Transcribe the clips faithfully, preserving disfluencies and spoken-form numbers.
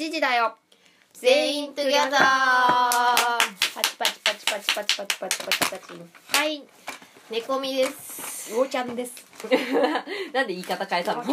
ちじだよ全員トゥギャザー。 パチパチパチパチパチパチパチパチパチ。はい猫みです。 魚ちゃんですなんで言い方変えたの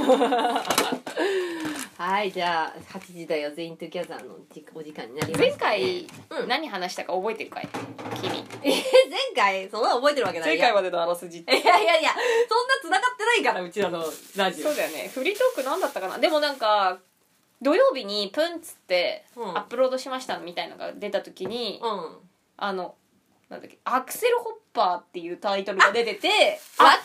はい、じゃあはちじだよ全員トゥギャザーのお時間になりました、ね、 前回、 うん、 何話したか覚えてるかい君。 え前回そんな覚えてるわけない。 前回までのあらすじって。 いやいやいや、そんな繋がってないからうちらのラジオ。 そうだよね。フリートーク何だったかな。でもなんか土曜日にプンっつってアップロードしましたみたいなのが出た時に、 うん、 あのなんだっけ、アクセルホッパーっていうタイトルが出てて、 分かった。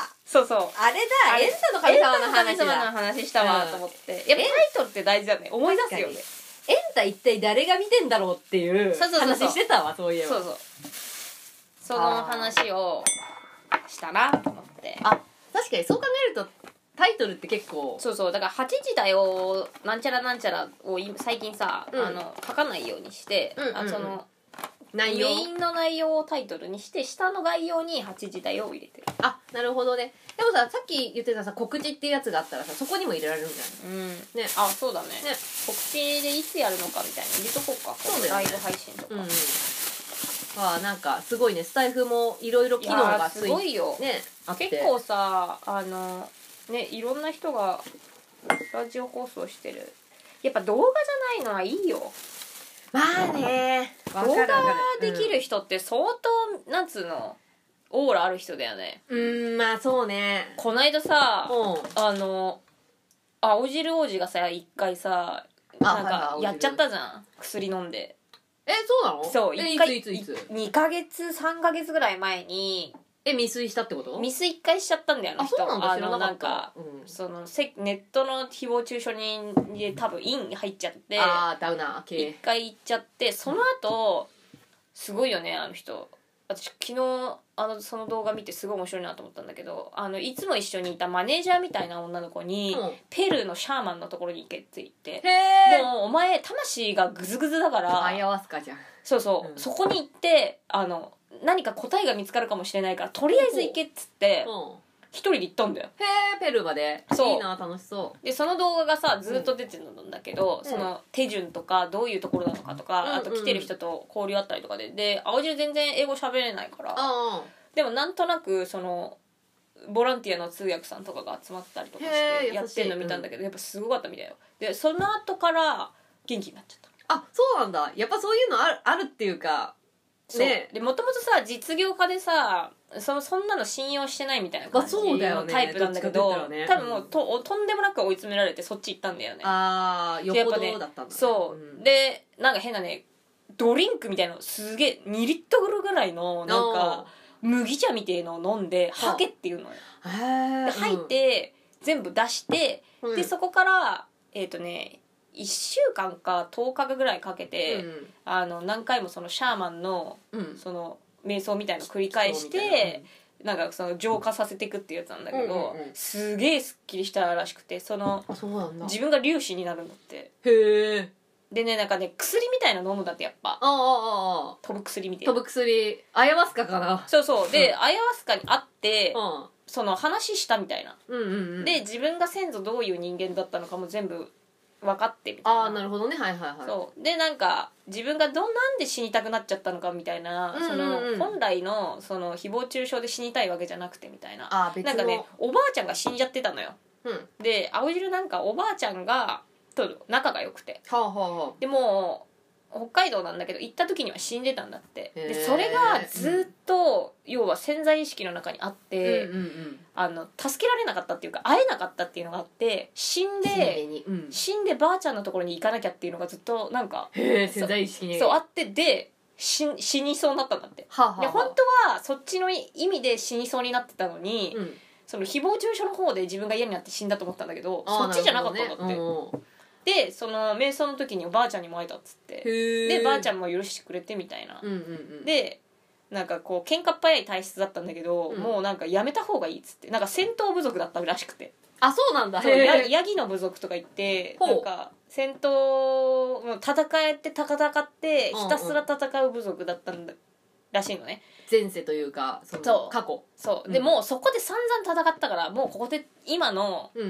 そうそう、 あれだ、エンタの神様の話だ。 エンタの神様の話したわと思って、うん、やっぱタイトルって大事だね。思い出すよね。 エンタ一体誰が見てんだろうっていう話してたわ。そういえば。 そうそう、その話をしたなと思って。 あ、確かにそう考えるとタイトルって結構、 そうそう、だからはちじだよなんちゃらなんちゃらを最近さ、うん、あの書かないようにして、うんうんうん、あその内容メインの内容をタイトルにして下の概要にはちじだよを入れてる。 あ、なるほどね。でもさ、さっき言ってたさ告知っていうやつがあったらさ、そこにも入れられるんじゃない？うんね。 あ、そうだね。ね、告知でいつやるのかみたいな入れとこうか。そうだよね、ライブ配信とか。うん、 あ、なんかすごいね、スタイフもいろいろ機能がついて、 すごいよ、 ね、あって結構さ、あのね、いろんな人がラジオ放送してる。やっぱ動画じゃないのはいいよ。 まあね、 動画できる人って相当、うん、なんつうのオーラある人だよね。 うーん、まあそうね。 こないださ、 うん、 あの青汁王子がさ一回さなんかやっちゃったじゃん、薬飲んで。 え、そうなの？ そう、 え、 いついついついつにかげつさんかげつぐらい前に。 え、未遂したってこと？ 未遂一回しちゃったんだよね。 あ、そうなんだ。知らなかった。 なんか、うん、そのせネットの誹謗中傷にで多分イン入っちゃって、 あー、ダウナー系一回行っちゃって、その後すごいよね、あの人。私昨日あのその動画見てすごい面白いなと思ったんだけど、あのいつも一緒にいたマネージャーみたいな女の子に、うん、ペルーのシャーマンのところに行けって言って、 へー、 もうお前魂がグズグズだからアヤワスカじゃん。そうそう、うん、そこに行ってあの何か答えが見つかるかもしれないからとりあえず行けっつって一人で行ったんだよ。 へえ、ペルーまで。いいな、楽しそう。 でその動画がさずっと出てるんだけど、うん、その手順とかどういうところなのかとか、うん、あと来てる人と交流あったりとかで、で青汁全然英語喋れないから、うん、でもなんとなくそのボランティアの通訳さんとかが集まったりとかしてやってんの見たんだけど、やっぱすごかったみたいよ。でその後から元気になっちゃった。 あ、そうなんだ。やっぱそういうのある、あるっていうかね、でもともとさ実業家でさ そ, そんなの信用してないみたいな感じのタイプなんだけど、まあね、多分もう と, とんでもなく追い詰められてそっち行ったんだよね。ああ、よっぽどだったんだ、ね、 そう、うん、でなんか変なねドリンクみたいなのすげえにリットルぐらいのなんか麦茶みたいのを飲んでハケっていうのよ。で吐いて、うん、全部出して、うん、でそこからえっ、ー、とねいっしゅうかんかとおかぐらいかけて、うん、あの何回もそのシャーマンの、うん、その瞑想みたいのを繰り返して、うん、なんかその浄化させていくっていうやつなんだけど、うんうんうん、すげえすっきりしたらしくて、そのあ、そうなんだ、 自分が粒子になるんだって。 へえ。でね、なんかね薬みたいなの飲むんだって、やっぱ。ああああ、 飛ぶ薬みたいな。 飛ぶ薬、アヤワスカかな。 そうそうで、うん、アヤワスカに会って、 うん、 その話したみたいな、 うんうんうん、 で自分が先祖どういう人間だったのかも全部分かってみたいな。 ああ、なるほどね、はいはいはい。 そうでなんか自分がどなんで死にたくなっちゃったのかみたいな、うんうんうん、その本来のその誹謗中傷で死にたいわけじゃなくてみたいな。 あ、別のなんかねおばあちゃんが死んじゃってたのよ、うん、で青汁なんかおばあちゃんがと仲が良くて、 はあはあ、 でも北海道なんだけど行った時には死んでたんだって。でそれがずっと、うん、要は潜在意識の中にあって、うんうんうん、あの助けられなかったっていうか会えなかったっていうのがあって、死んで、うん、死んでばあちゃんのところに行かなきゃっていうのがずっとなんかへ潜在意識にそうあって、で 死, 死にそうになったんだって、 はあはあ、 で本当はそっちの意味で死にそうになってたのに、うん、その誹謗中傷の方で自分が嫌になって死んだと思ったんだけど、そっちじゃなかったんだって、ね、うん、でその瞑想の時におばあちゃんにも会えたっつって、でばあちゃんも許してくれてみたいな、うんうんうん、でなんかこう喧嘩っ早い体質だったんだけど、うん、もうなんかやめた方がいいっつって、なんか戦闘部族だったらしくて。 あ、そうなんだ。 そうヤヤギの部族とか言って、なんか戦闘戦って戦ってひたすら戦う部族だったんだらしいのね、 前世というかその過去。 そう、うん、でもうそこで散々戦ったから、もうここで今の、うん、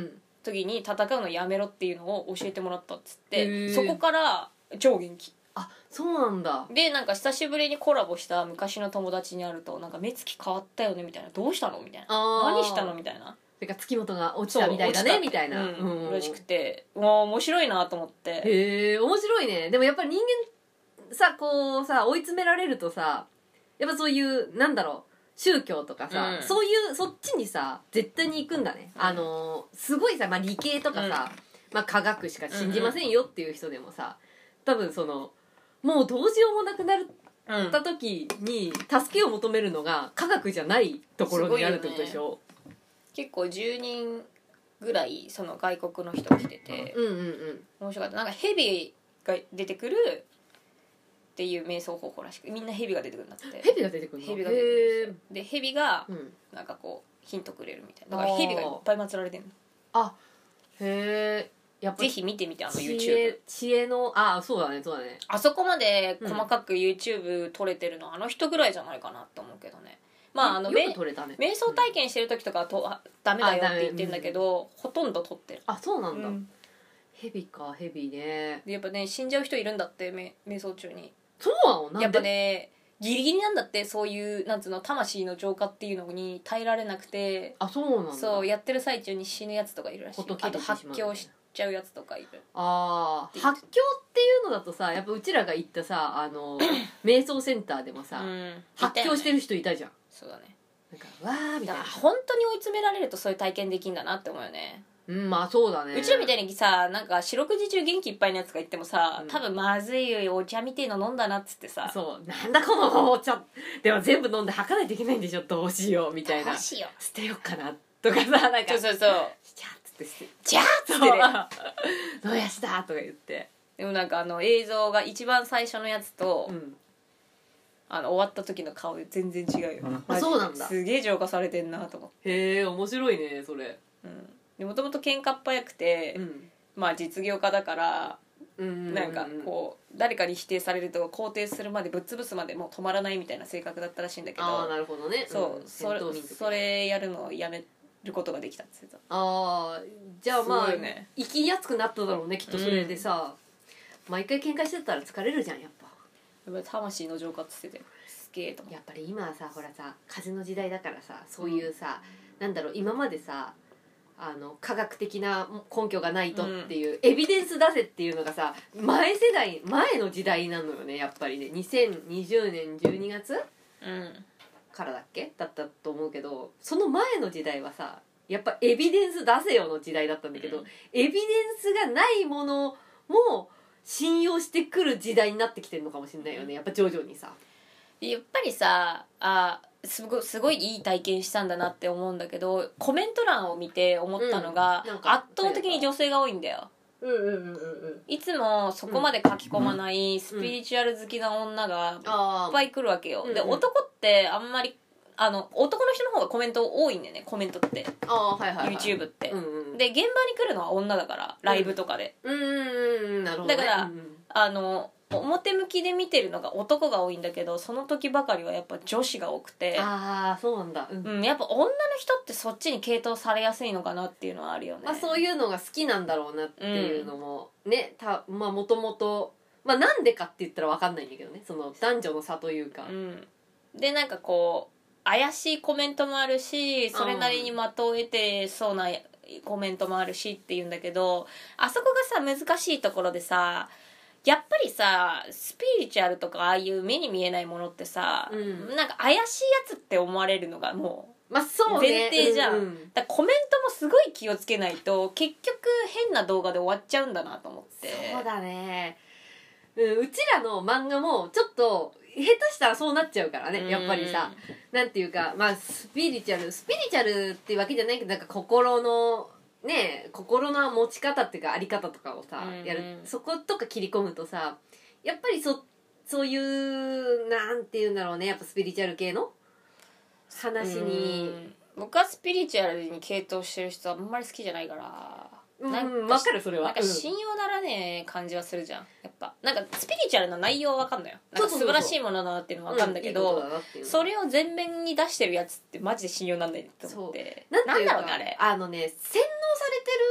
時に戦うのやめろっていうのを教えてもらったっつっへてーそこから超元気あそうなんだ。 でなんか久しぶりにコラボした昔の友達に会うとなんか目つき変わったよねみたいなどうしたのみたいなあー何したのみたいなてか月本が落ちたみたいだねみたいな、 うんうんうんらしくてもう面白いなと思ってへえ面白いね。でもやっぱり人間さこうさ追い詰められるとさやっぱそういうなんだろう宗教とかさ、 うんそういうそっちにさ絶対に行くんだね、 うんあのすごいさ、まあ、理系とかさ、まあ、科学しか信じませんよっていう人でもさ多分そのもうどうしようもなくなった時に助けを求めるのが科学じゃないところになるってことでしょ。 結構じゅうにんぐらいその外国の人来ててうんうんうん面白かったなんかヘビが出てくるっていう瞑想方法らしくみんなヘビが出てくるんだってヘビが出てくるの。 ヘビが出てくるんですよでヘビがへーうんなんかこうヒントくれるみたいなだからヘビがいっぱい祀られてるのあへえやっぱぜひ見てみてあの知 YouTube 恵知恵のあそうだねそうだねあそこまで細かく YouTube 撮れてるのあの人ぐらいじゃないかなって思うけどねまああのよめく撮れたね瞑想体験してる時とかはとあダメだよって言ってるんだけどほとんど撮ってるあそうなんだ、 うんヘビかヘビねでやっぱね死んじゃう人いるんだってめ瞑想中にそうなのなんでやっぱねギリギリなんだってそういうなんつうの魂の浄化っていうのに耐えられなくてあそうなんだそうやってる最中に死ぬやつとかいるらしいほっとけあとてしまう発狂しちゃうやつとかいるあー発狂っていうのだとさやっぱうちらが行ったさあの瞑想センターでもさ、 うん発狂してるる人いたじゃんそうだねなんかわーみたいなだから本当に追い詰められるとそういう体験できんだなって思うよねうんまあそうだねうちらみたいにさなんか四六時中元気いっぱいのやつが言ってもさ、 うん多分まずいよお茶みてえの飲んだなっつってさそうなんだこのお茶でも全部飲んで吐かないといけないんでしょどうしようみたいなどうしよ捨てようかなとかさなんかそうそうそうちゃっつって捨てじゃあっつってねどうやしたとか言ってでもなんかあの映像が一番最初のやつと、 うんあの終わった時の顔全然違うよ、 あマジでそうなんだすげえ浄化されてんなと思ってへえ面白いねそれもともと喧嘩っ早くて、 うんまあ実業家だからうんなんかこう誰かに否定されると肯定するまでぶっ潰すまでもう止まらないみたいな性格だったらしいんだけああどなるほどねそう、 んそれ戦闘民族それやるのをやめることができたって言ってたああじゃあまあ、 すごいね生きやすくなっただろうねきっとそれでさ、毎回喧嘩してたら疲れるじゃんやっぱやっぱり魂の浄化って言っててすげえと思やっぱり今はさほらさ風の時代だからさそういうさ、なんだろう今までさあの科学的な根拠がないとっていう、エビデンス出せっていうのがさ前世代前の時代なのよねやっぱりねにせんにじゅうねんじゅうにがつううんからだっけだったと思うけどその前の時代はさやっぱエビデンス出せよの時代だったんだけど、 うんエビデンスがないものも信用してくる時代になってきてるのかもしれないよねやっぱ徐々にさやっぱりさあすごすごいいい体験したんだなって思うんだけどコメント欄を見て思ったのが、 うんなんか圧倒的に女性が多いんだようんうんうんうんうんいつもそこまで書き込まないスピリチュアル好きな女がいっあぱい来るわけよ、でうんうん男ってあんまりあの男の人の方がコメント多いんだよねコメントってああはいはい、はい、 YouTube って、 うんうん、 で現場に来るのは女だからライブとかで、 うんうんうんなるほど、ね、 だからうんうんあの表向きで見てるのが男が多いんだけどその時ばかりはやっぱ女子が多くてああそうなんだ、うんうん、やっぱ女の人ってそっちに傾倒されやすいのかなっていうのはあるよね、 まあ、そういうのが好きなんだろうなっていうのもね、たまあもともとまあなんでかって言ったら分かんないんだけどねその男女の差というか、 うん、でなんかこう怪しいコメントもあるしそれなりに的を得てそうなコメントもあるしっていうんだけどあそこがさ難しいところでさやっぱりさスピリチュアルとかああいう目に見えないものってさ、 うんなんか怪しいやつって思われるのがもうまあそうね前提じゃん、 うんうんだからコメントもすごい気をつけないと結局変な動画で終わっちゃうんだなと思ってそうだね、うん、うちらの漫画もちょっと下手したらそうなっちゃうからねやっぱりさなんていうかまあスピリチュアルスピリチュアルっていうわけじゃないけどなんか心のね心の持ち方っていうかあり方とかをさ、 うんうんやるそことか切り込むとさやっぱりそそういうなんていうんだろうねやっぱスピリチュアル系の話にうん僕はスピリチュアルに傾倒してる人はあんまり好きじゃないからうんなん分かるそれはなんか信用ならねえ感じはするじゃんやっぱなんかスピリチュアルな内容は分かんないよなんか素晴らしいものだなっていうのは分かるんだけど、 うんいいことだなっていうそれを前面に出してるやつってマジで信用なんないと思ってなんていうかだろうねあれあのね洗脳されて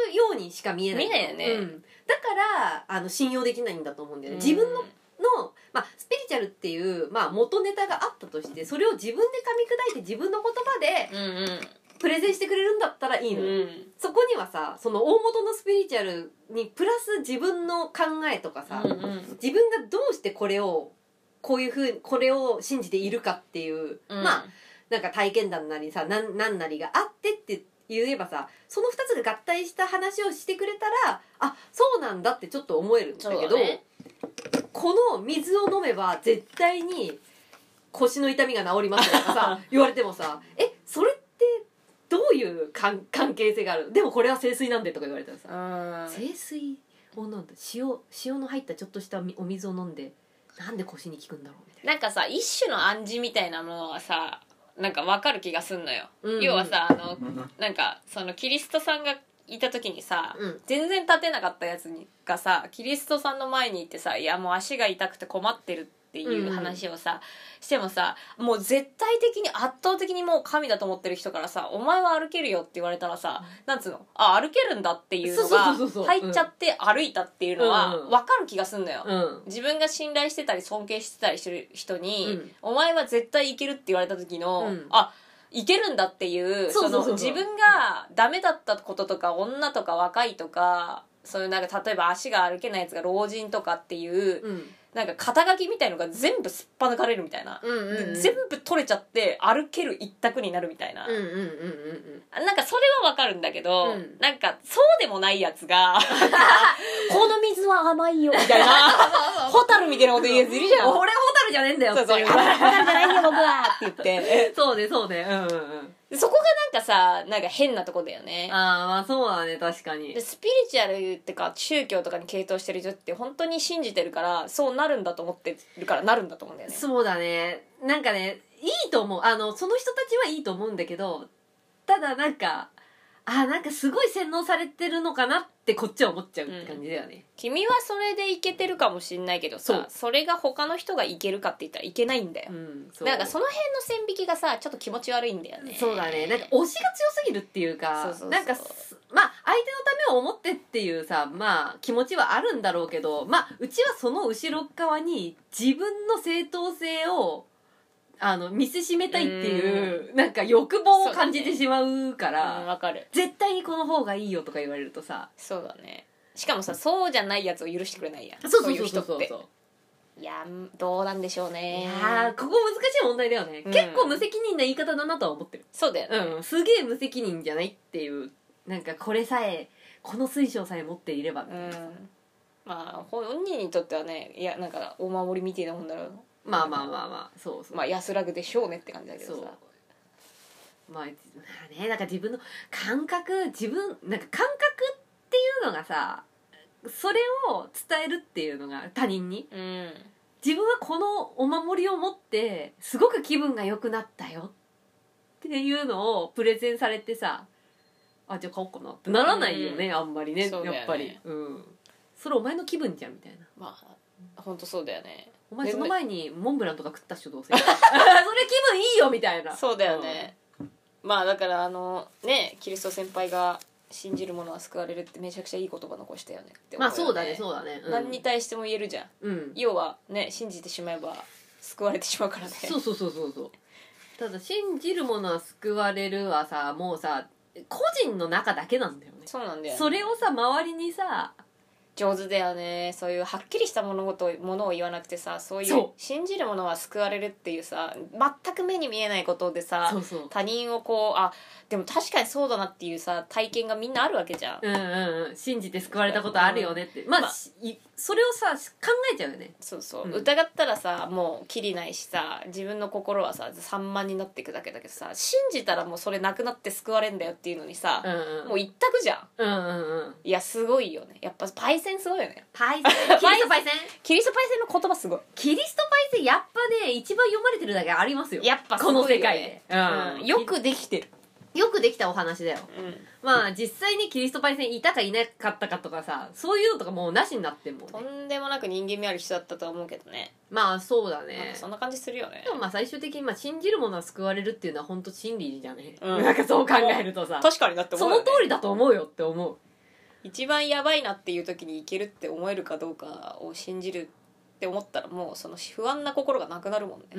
ようにしか見えない見えないよね、 うん、だからあの信用できないんだと思うんだよね、 うん、 自分のの、まあ、スピリチュアルっていう、まあ、元ネタがあったとしてそれを自分で噛み砕いて自分の言葉でうんうんプレゼンしてくれるんだったらいいの、うん、そこにはさその大元のスピリチュアルにプラス自分の考えとかさ、うんうん、自分がどうしてこれをこういうふうにこれを信じているかっていう、うん、まあなんか体験談なりさなんなんなりがあってって言えばさそのふたつが合体した話をしてくれたらあそうなんだってちょっと思えるんだけど、ね、この水を飲めば絶対に腰の痛みが治りますとかさ言われてもさえそれってどういう関係性があるでもこれは聖水なんでとか言われたらさ聖水を飲んだ塩塩の入ったちょっとしたお水を飲んでなんで腰に効くんだろうみたいななんかさ一種の暗示みたいなものがさなんか分かる気がすんのよ、うんうん、要はさあのなんかそのキリストさんがいた時にさ、うん、全然立てなかったやつがさキリストさんの前に行ってさいやもう足が痛くて困ってるっていう話をさ、うん、してもさもう絶対的に圧倒的にもう神だと思ってる人からさお前は歩けるよって言われたらさ、うん、なんつうのあ歩けるんだっていうのが入っちゃって歩いたっていうのは分かる気がすんのよ、うん、自分が信頼してたり尊敬してたりしてる人に、うん、お前は絶対いけるって言われた時の、うん、あいけるんだっていうその自分がダメだったこととか女とか若いとかそういうなんか例えば足が歩けないやつが老人とかっていう、うん、なんか肩書きみたいのが全部すっぱ抜かれるみたいな、うんうんうん、全部取れちゃって歩ける一択になるみたいな、うんうんうんうん、なんかそれはわかるんだけど、うん、なんかそうでもないやつがこの水は甘いよみたいなホタルみたいなこと言うやついるじゃん俺ホタルじゃねえんだよってそうそうホタルじゃないよ僕はって言ってそうねそうねうんうんうんそこがなんかさなんか変なとこだよねああまあそうだね確かにでスピリチュアルってか宗教とかに傾倒してる人って本当に信じてるからそうなるんだと思ってるからなるんだと思うんだよねそうだねなんかねいいと思うあのその人たちはいいと思うんだけどただなんかあなんかすごい洗脳されてるのかなってこっちは思っちゃうって感じだよね、うん、 君はそれでいけてるかもしんないけどさ そ, それが他の人がいけるかって言ったらいけないんだよ、うん、そうなんかその辺の線引きがさちょっと気持ち悪いんだよねそうだねなんか推しが強すぎるっていうかそうそうそうなんかまあ相手のためを思ってっていうさまあ気持ちはあるんだろうけどまあうちはその後ろ側に自分の正当性をあの見せしめたいっていうなんか欲望を感じてしまうからうん、わかる絶対にこの方がいいよとか言われるとさそうだねしかもさそうじゃないやつを許してくれないやんそうそうそうそうそうそういやどうなんでしょうねいやここ難しい問題だよね、うん、結構無責任な言い方だなとは思ってるそうだよね、 うん、すげえ無責任じゃないっていうなんかこれさえこの水晶さえ持っていればみたいな、うん、まあ本人にとってはねいやなんかお守りみたいなもんだろうまあまあまあまあそうそうまあ安らぐでしょうねって感じだけどさまあねなんか自分の感覚自分なんか感覚っていうのがさそれを伝えるっていうのが他人に、うん、自分はこのお守りを持ってすごく気分が良くなったよっていうのをプレゼンされてさあじゃあ買おうかなってならないよね、うん、あんまり ね, ねやっぱり、うん、それお前の気分じゃんみたいなまあ本当そうだよねお前その前にモンブランとか食った人どうせそれ気分いいよみたいなそうだよね、うん、まあだからあのねキリスト先輩が信じる者は救われるってめちゃくちゃいい言葉残したよねって思うよね。 まあそうだねそうだね、 うん、何に対しても言えるじゃん、うん、要はね信じてしまえば救われてしまうからねそうそうそうそうそうただ信じる者は救われるはさもうさ個人の中だけなんだよねそうなんだよねそれをさ周りにさ上手だよねそういうはっきりした物事ものを言わなくてさそういう信じる者は救われるっていうさ全く目に見えないことでさそうそう他人をこうあでも確かにそうだなっていうさ体験がみんなあるわけじゃんうんうんうん信じて救われたことあるよねって、うん、まあ、まあ、それをさ考えちゃうよねそうそう、うん、疑ったらさもうキリないしさ自分の心はさ散漫になっていくだけだけどさ信じたらもうそれなくなって救われんだよっていうのにさ、うんうん、もう一択じゃん、うんうんうん、いやすごいよねやっぱパイセンすごいよねパイセンキリストパイセンキリストパイセンの言葉すごいキリストパイセンやっぱね一番読まれてるだけありますよやっぱすごいよ、ね、 この世界で、 うんうん、よくできてるよくできたお話だよ、うん、まあ実際にキリストパイセンいたかいなかったかとかさそういうのとかもうなしになってんもんねとんでもなく人間味ある人だったとは思うけどねまあそうだねそんな感じするよねでもまあ最終的にまあ信じるものは救われるっていうのは本当真理じゃね、うん、なんかそう考えるとさ確かにだって思うよ、ね、 その通りだと思うよって思う一番やばいなっていう時にいけるって思えるかどうかを信じるって思ったらもうその不安な心がなくなるもんね、 うん、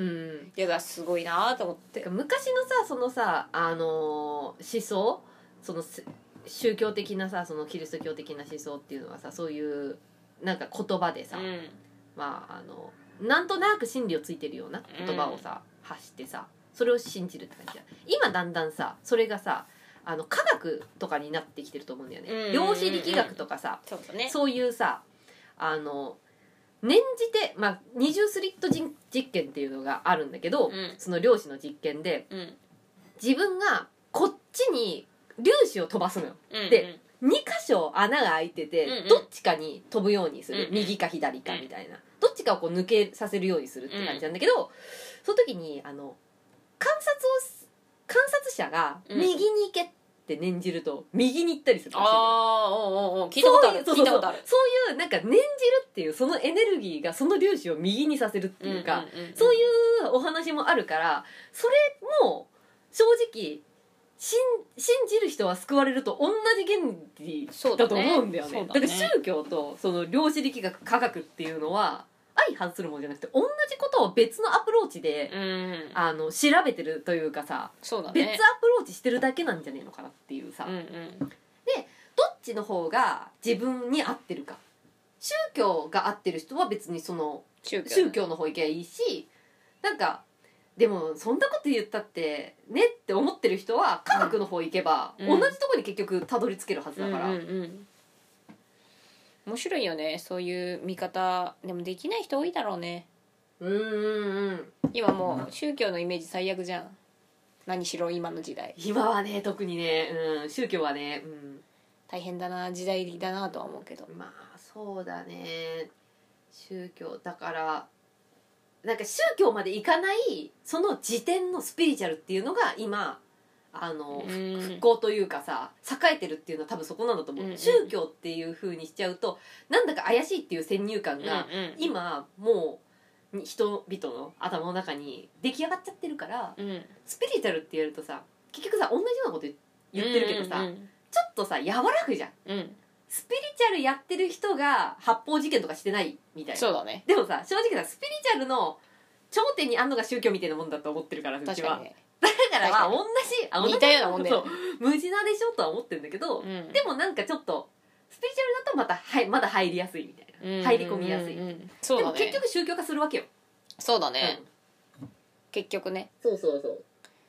いやだすごいなと思って。 昔のさそのさあのー、思想その宗教的なさそのキリスト教的な思想っていうのはさそういうなんか言葉でさ、うん、まああのなんとなく真理をついてるような言葉をさ、うん、発してさそれを信じるって感じだ。今だんだんさそれがさあの科学とかになってきてると思うんだよね、うんうんうん、量子力学とかさ、 そうだね、 そういうさあの念じて、まあ、二重スリット実験っていうのがあるんだけど、うん、その量子の実験で、うん、自分がこっちに粒子を飛ばすのよ、うんうん、でに箇所穴が開いてて、うんうん、どっちかに飛ぶようにする、うんうん、右か左かみたいな、どっちかをこう抜けさせるようにするって感じなんだけど、うん、その時にあの観察を観察者が右に行けって念じると右に行ったりするらしい、ね、ああ、おうおうおう聞いたことある、聞いたことある。そういうなんか念じるっていうそのエネルギーがその粒子を右にさせるっていうか、うんうんうんうん、そういうお話もあるから、それも正直信じる人は救われると同じ原理だと思うんだよね。 だ, ねだから宗教とその量子力学科学っていうのは相反するものじゃなくて同じことを別のアプローチで、うん、あの調べてるというかさ、そうだね、別アプローチしてるだけなんじゃねえのかなっていうさ、うんうん、でどっちの方が自分に合ってるか、宗教が合ってる人は別にその宗教、宗教の方行けばいいし、なんかでもそんなこと言ったってねって思ってる人は科学の方行けば、うん、同じとこに結局たどり着けるはずだから、うんうんうん、 面白いよねそういう見方。でもできない人多いだろうね。 うんうんうん。 今もう宗教のイメージ最悪じゃん、何しろ今の時代。 今はね特にね、うん、宗教はね、うん、 大変だな時代だなとは思うけど、 まあそうだね。宗教だからなんか宗教までいかないその時点のスピリチュアルっていうのが今あの復興というかさ栄えてるっていうのは多分そこなんだと思う、うんうん、宗教っていう風にしちゃうとなんだか怪しいっていう先入観が今もう人々の頭の中に出来上がっちゃってるから、うん、スピリチュアルって言うとさ結局さ同じようなこと言ってるけどさ、うんうんうん、ちょっとさ和らぐじゃん、うん、スピリチュアルやってる人が発砲事件とかしてないみたいな。 そうだね。 でもさ正直さスピリチュアルの頂点にあんのが宗教みたいなもんだと思ってるから、うちは。だからまあ同じあ同じ似たようなもんで、 そう無地なでしょとは思ってるんだけど、うん、でもなんかちょっとスピリチュアルだとまたはいまだ入りやすいみたいな、うんうんうん、入り込みやすい、うん、そうだね。でも結局宗教化するわけよ。 そうだね、うん、結局ね。 そうそうそう。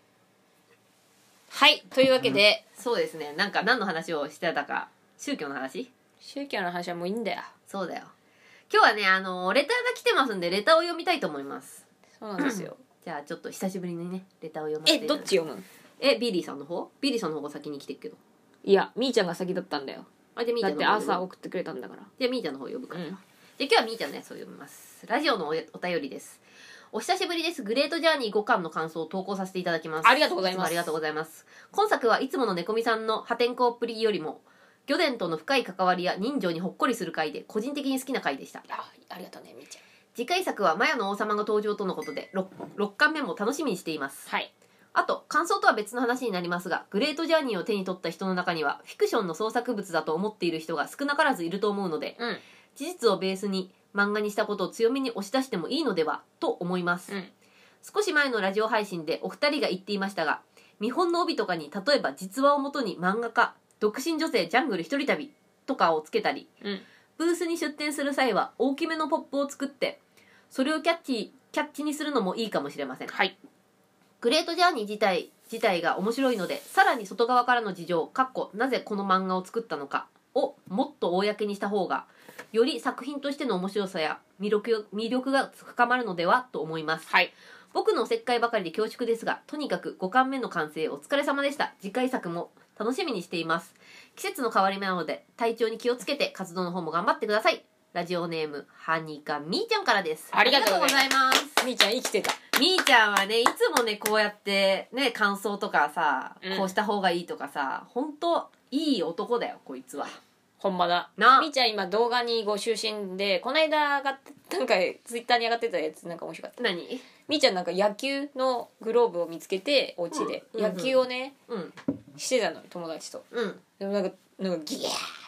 はいというわけで、 うん、そうですね。なんか何の話をしてたか。宗教の話？ 宗教の話はもういいんだよ。 そうだよ。今日はねあのレターが来てますんでレターを読みたいと思います。 そうなんですよじゃあちょっと久しぶりにねレターを読ませて。 えどっち読む？ えビリーさんの方？ビリーさんの方が先に来てるけど。 いやみーちゃんが先だったんだよ。 あじゃあみーちゃんの方だって朝送ってくれたんだから。 じゃあみーちゃんの方呼ぶから、うん、じゃあ今日はみーちゃんのやつを読みます。ラジオの お, お便りです。お久しぶりです。グレートジャーニーごかんの感想を投稿させていただきます。 ありがとうございます。 ありがとうございます。今作はいつもの猫みさんの破天荒っぷりよりも魚伝との深い関わりや人情にほっこりする回で個人的に好きな回でした。 あ, ありがとうねみーちゃん。 次回作はマヤの王様が登場とのことで 6, ろっかんめも楽しみにしています。 はい。 あと感想とは別の話になりますが、グレートジャーニーを手に取った人の中にはフィクションの創作物だと思っている人が少なからずいると思うので、うん、事実をベースに漫画にしたことを強めに押し出してもいいのではと思います、うん、少し前のラジオ配信でお二人が言っていましたが、見本の帯とかに例えば実話をもとに漫画家独身女性ジャングル一人旅とかをつけたり、うん、ブースに出店する際は大きめのポップを作ってそれをキャッチキャッチにするのもいいかもしれません。 はい。 グレートジャーニー自体自体が面白いので、さらに外側からの事情かっこなぜこの漫画を作ったのかをもっと公にした方がより作品としての面白さや魅力魅力が深まるのではと思います。 はい。 僕のおせっかいばかりで恐縮ですが、とにかくごかんめの完成お疲れ様でした。次回作も楽しみにしています。季節の変わり目なので体調に気をつけて活動の方も頑張ってください。ラジオネームハニカみーちゃんからです。 ありがとうございます。みーちゃん生きてた。 みーちゃんはねいつもねこうやってね感想とかさ、うん、こうした方がいいとかさ、本当いい男だよこいつは。 ほんまだな。みーちゃん今動画にご就寝で、この間上がってなんかツイッターに上がってたやつなんか面白かった。 何？ みーちゃんなんか野球のグローブを見つけてお家で、うん、野球をね、うん、してたの友達と、うん、でもなんかなんかギャー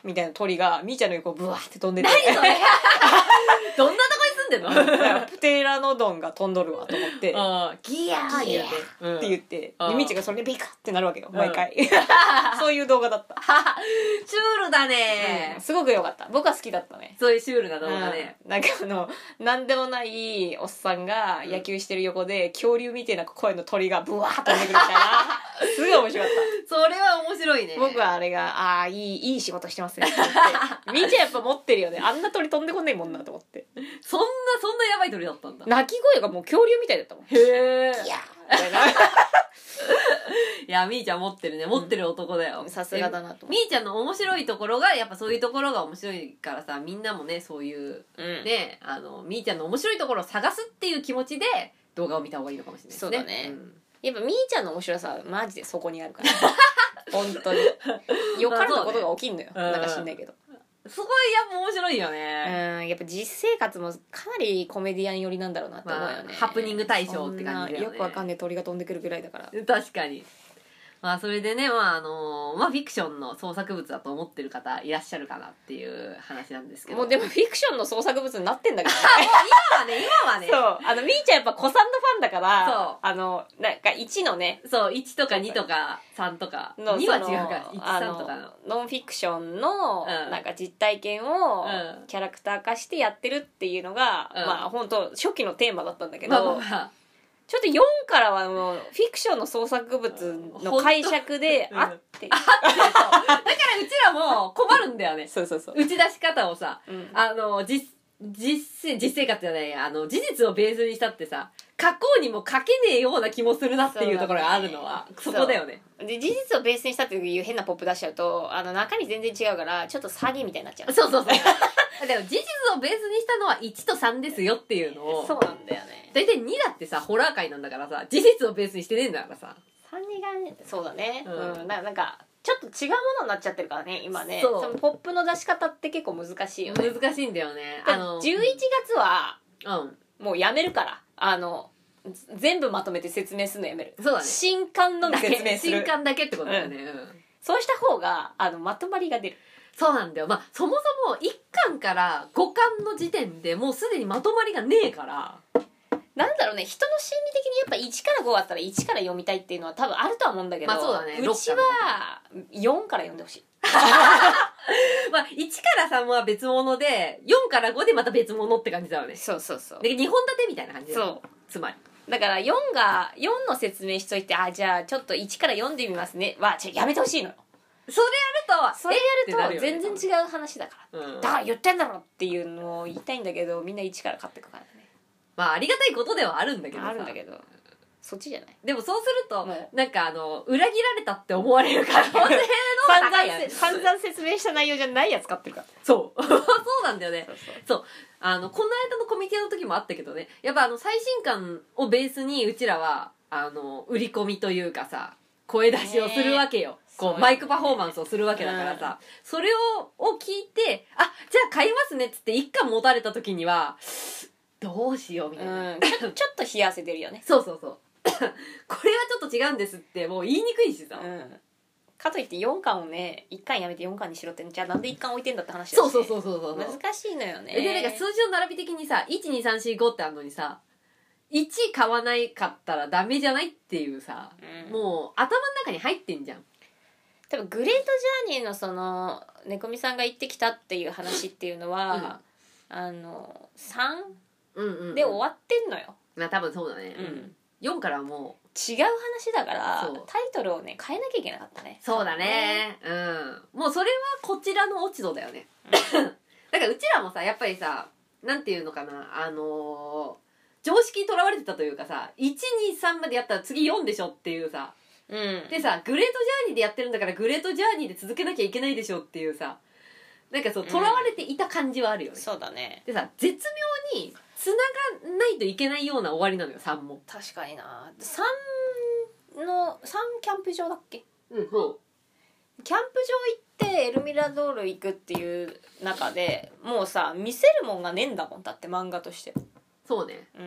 みたいな鳥がみーちゃんの横をブワーって飛んでて何それどんなとこに住んでんのだからプテラノドンが飛んどるわと思ってギヤーギヤーって言って、うん、でみーちゃんがそれでビカってなるわけよ毎回、うん、そういう動画だったシュールだね、 うん、すごく良かった。僕は好きだったね。 そういうシュールな動画ね、 うん、なんかあのなんでもないおっさんが野球してる横で、うん、恐竜みたいな声の鳥がブワーッと飛んでくるみたいなすごい面白かったそれは面白いね。 僕はあれがああいいいい仕事してますねって思ってみーちゃんやっぱ持ってるよね。あんな鳥飛んでこないもんなと思ってそんなそんなやばい鳥だったんだ。 鳴き声がもう恐竜みたいだったもん。 へえ。 いやみたいないやみーちゃん持ってるね。持ってる男だよ。 さすがだなと思って。 みーちゃんの面白いところがやっぱそういうところが面白いからさ、みんなもねそういう、うん、ねあのみーちゃんの面白いところを探すっていう気持ちで動画を見た方がいいのかもしれないですね。 そうだね、うん、やっぱみーちゃんの面白さはマジでそこにあるから本当によからぬことが起きんのよ、まあね、なんか知んないけど、 すごいやっぱ面白いよね。 うん、やっぱ実生活もかなりコメディアン寄りなんだろうなって思うよね、まあ、 ハプニング大賞って感じだよね。 よくわかんねえ鳥が飛んでくるぐらいだから。 確かに。まあそれでね、まああのまあフィクションの創作物だと思ってる方いらっしゃるかなっていう話なんですけど、 もうでもフィクションの創作物になってんだけどねもう今はね今はねそうあのみーちゃんやっぱ子さんのファンだからそうあのなんかいちのねそういちとかにとかさんとかのには違うからいち、さんとかのノンフィクションのなんか実体験をキャラクター化してやってるっていうのが、うん、まあ本当初期のテーマだったんだけど、まあまあちょっとよんからはもうフィクションの創作物の解釈であって、うん、あってだからうちらも困るんだよねそうそうそう打ち出し方をさ、うん、あの実実実生活じゃないあの事実をベースにしたってさ書こうにも書けねえような気もするなっていうところがあるのは そ,、ね、そこだよね。 で事実をベースにしたっていう変なポップ出しちゃうとあの中身全然違うからちょっと詐欺みたいになっちゃう。 そうそうそうでも事実をベースにしたのはいちとさんですよっていうのをそうなんだよね。 大体にだってさホラー界なんだからさ事実をベースにしてねえんだからささんにがねそうだね、うん、うん、な, なんかちょっと違うものになっちゃってるからね今ね。そうそのポップの出し方って結構難しいよね。 難しいんだよね。 あのじゅういちがつは、うん、もうやめるからあの全部まとめて説明するのやめる。 そうだね新刊のみ説明する新刊だけってことだよね、うんうん、 そうした方があのまとまりが出る。 そうなんだよ。まあそもそもいっかんからごかんの時点でもうすでにまとまりがねえからなんだろうね人の心理的にやっぱいちからごあったらいちから読みたいっていうのは多分あるとは思うんだけど、 まあそうだね、 うちはよんから読んでほしいまあいちからさんは別物でよんからごでまた別物って感じだよね。 そうそうそうでにほん立てみたいな感じだよ。 そうつまりだからよんがよんの説明しといてあじゃあちょっといちから読んでみますねはちょやめてほしいのよ。 それやるとそれやると全然違う話だから、うん、だから言ってんだろっていうのを言いたいんだけどみんないちから買ってくからね。 まあありがたいことではあるんだけどさあるんだけどそっちじゃない。 でもそうするとなんかあの裏切られたって思われる可能性の高いやつ散々説明した内容じゃないやつ買ってるからそうそうなんだよね。そうそうそうあのこの間のコミケの時もあったけどねやっぱあの最新刊をベースにうちらはあの売り込みというかさ声出しをするわけよ、こうマイクパフォーマンスをするわけだからさ、うん、それをを聞いてあじゃあ買いますねっつって一巻持たれた時にはどうしようみたいな、うん、ちょちょっと冷や汗出るよねそうそうそうこれはちょっと違うんですってもう言いにくいしさ、うん、 かといってよんかんをねいっかんやめてよんかんにしろってじゃあなんでいっかん置いてんだって話だし、ね、そうそうそうそうそう難しいのよね。 でなんか数字の並び的にさいちにさんしごってあるのにさいち買わないかったらダメじゃないっていうさ、うん、もう頭の中に入ってんじゃん。 多分グレートジャーニーのその猫みさんが行ってきたっていう話っていうのは、うん、あのさんで終わってんのよ。 まあ多分そうだね、うん、よんからはもう違う話だからタイトルをね変えなきゃいけなかったね。 そうだね、うん、もうそれはこちらの落ち度だよねだからうちらもさやっぱりさなんていうのかなあのー常識にとらわれてたというかさいちにさんまでやったら次よんでしょっていうさ、うん、でさグレートジャーニーでやってるんだからグレートジャーニーで続けなきゃいけないでしょっていうさなんかそうとらわれていた感じはあるよね、うん、 そうだね。 でさ絶妙に繋がないといけないような終わりなのよさんも。 確かになさんのさんキャンプ場だっけ。 うんそうキャンプ場行ってエルミラドール行くっていう中でもうさ見せるもんがねえんだもんだって漫画として。 そうね、 うん、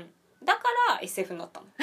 だから エスエフ になったの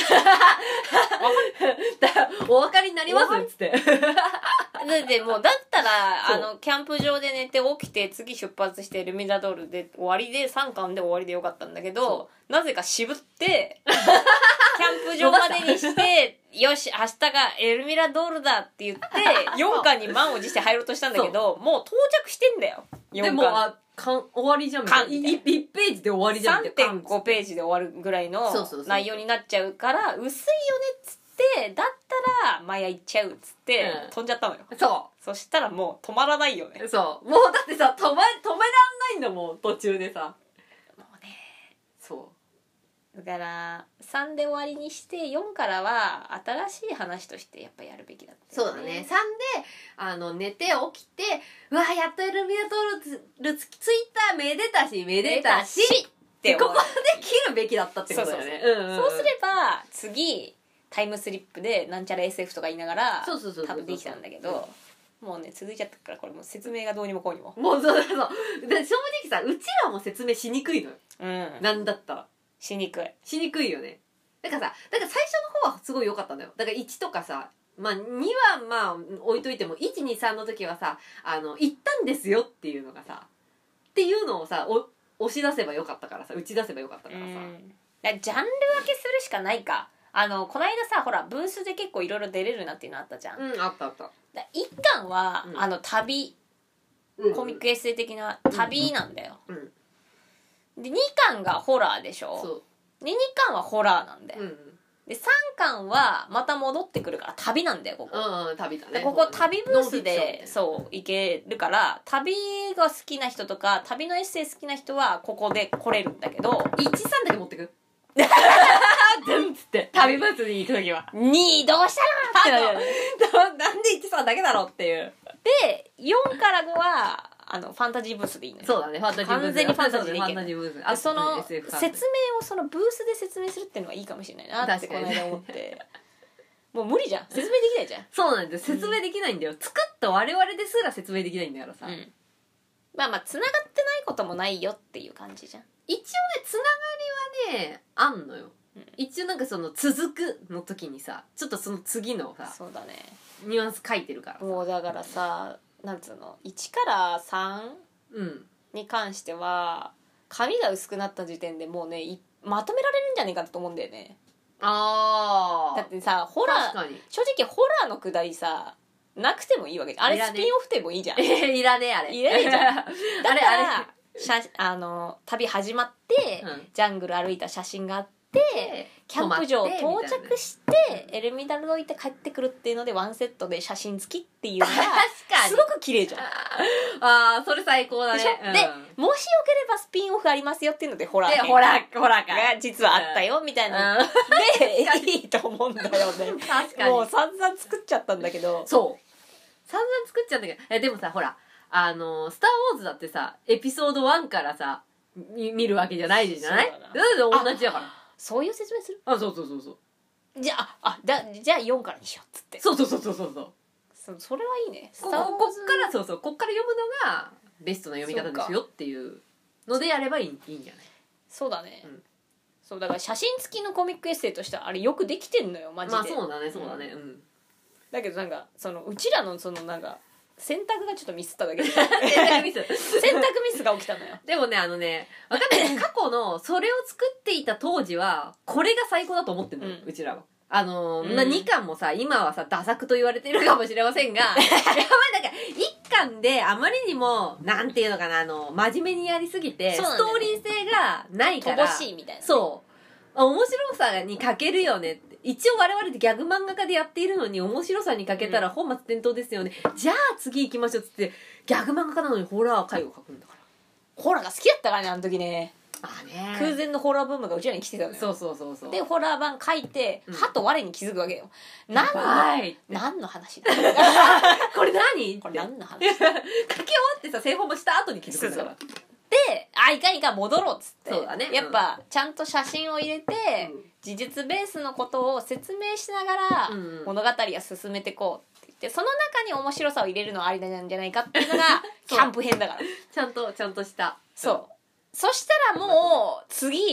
お分かりになりますっつってだってもうだったらそうあのキャンプ場で寝て起きて次出発してルミナドールで終わりでさんかんで終わりでよかったんだけど、なぜか渋ってキャンプ場までにしてよし明日がエルミラドールだって言ってよんかんに満を持して入ろうとしたんだけど、もう到着してんだよよんかん。 でもあかん終わりじゃんみたいな。いいちページで終わりじゃんみたいな。 さんてんごページで終わるぐらいのそうそうそう内容になっちゃうから薄いよねっつってだったらマヤ行っちゃうっつってうん飛んじゃったのよ。 そそしたらもう止まらないよね。 うそうもうだってさ止め止めらんないんだもん途中でさ。 もうねそだからさんで終わりにしてよんからは新しい話としてやっぱやるべきだっうたよそうだね。さんであの寝て起きてうわやっとエルミナトールつついためでたしめでたしってここで切るべきだったってことだよね。 そううんうんうんそうすれば次タイムスリップでなんちゃら エスエフ とか言いながらそうそうそうそう多分できたんだけど、もうね続いちゃったからこれもう説明がどうにもこうにも。 もうそうそうそうで正直さうちらも説明しにくいのよ。 うんなんだったらしにくい。 しにくいよね。だからさだから最初の方はすごい良かったんだよ。だからいちとかさまあにはまあ置いといてもいちにさんの時はさあの行ったんですよっていうのがさっていうのをさお押し出せばよかったからさ打ち出せばよかったからさ、 うんだからジャンル分けするしかないか。あのこの間さほらブースで結構いろいろ出れるなっていうのあったじゃん。 うん、あったあった、 だいっかんは、 うんあの旅うん、 コミックエッセイ的な旅なんだよ、 うんでにかんがホラーでしょ。 そでにかんはホラーなんだう、 よ、 うんでさんかんはまた戻ってくるから旅なんだよここ、 うんうん、旅だね。 でここ旅ブースでうそう行けるから旅が好きな人とか旅のエッセイ好きな人はここで来れるんだけどいちさんだけ持ってくズンっつって旅ブースに行く時はにどうしたのってなるなんでいちさんだけだろっていうでよんからごはあのファンタジーブースでいいのよ。 そうだねファンタジーブース完全にファンタジーでいけるファンタジーブースであそのエスエフ説明をそのブースで説明するっていうのはいいかもしれないなってこの間思ってもう無理じゃん説明できないじゃん、 そうなんです説明できないんだよ、作った我々ですら説明できないんだからさ、 うん、まあまあ繋がってないこともないよっていう感じじゃん。 一応ねつながりはねあんのよ、 うん一応なんかその続くの時にさちょっとその次のさそうだねニュアンス書いてるからさもうだからさなんつうのいちからさんうんに関しては紙が薄くなった時点でもうねいまとめられるんじゃねえかと思うんだよね。 あだってさホラー確かに正直ホラーのくだりさなくてもいいわけじゃん。あれいらねスピンオフでもいいじゃん。 いらねえあれいらねえじゃんだかあれあれら写あの旅始まって、 うんジャングル歩いた写真があってキャンプ場到着してエルミナルド行って帰ってくるっていうのでワンセットで写真付きっていうのが確かにすごく綺麗じゃん。 ああそれ最高だねでしょ、 うんでもしよければスピンオフありますよっていうのでホラー編でホラーホラーかが実はあったよみたいな、 うんでいいと思うんだよね。 確かにもう散々作っちゃったんだけどそう散々作っちゃうんだけどえでもさほらあの「スター・ウォーズ」だってさエピソードワンからさみ見るわけじゃないじゃないそうだなだって同じだからそういう説明するあそうそうそうそうじゃああだじゃあよんからにしようっつってそうそうそうそうそうそうそそれはいいね。スこター・ウォーこズこっからそうそうこっから読むのがベストな読み方ですよっていうのでやればいいいいんじゃないそうだね、 うんそうだから写真付きのコミックエッセイとしてはあれよくできてんのよマジで。 まあそうだねそうだねうんだけどなんかそのうちらのそのなんか選択がちょっとミスっただけで選択ミス選択ミスが起きたのよ。 でもねあのね分かんない過去のそれを作っていた当時はこれが最高だと思ってんのよ、 うんうちらはあのーうんまあ、にかんもさ今はさダ作と言われているかもしれませんがやっぱりなんかいっかんであまりにもなんていうのかなあの真面目にやりすぎて、ストそうなんだよねーリー性がないから乏しいみたいなね、 そう面白さに欠けるよねって一応我々ってギャグ漫画家でやっているのに面白さに欠けたら本末転倒ですよね、じゃあ次行きましょうっつってギャグ漫画家なのにホラー回を書くんだからホラーが好きだったからねあの時ね。 あね空前のホラーブームがうちらに来てたのよ。 そうそうそうそうでホラー版書いて、 うんはと我に気づくわけよ。何のはい何の話これ何これ何の話書き終わってさ製本もした後に気づくんだからであいかんいかん戻ろうっつってそうだねやっぱちゃんと写真を入れて、 うん事実ベースのことを説明しながらうんうん物語は進めてこうって言ってその中に面白さを入れるのはありなんじゃないかっていうのがキャンプ編だからちゃんとちゃんとしたそうそしたらもう次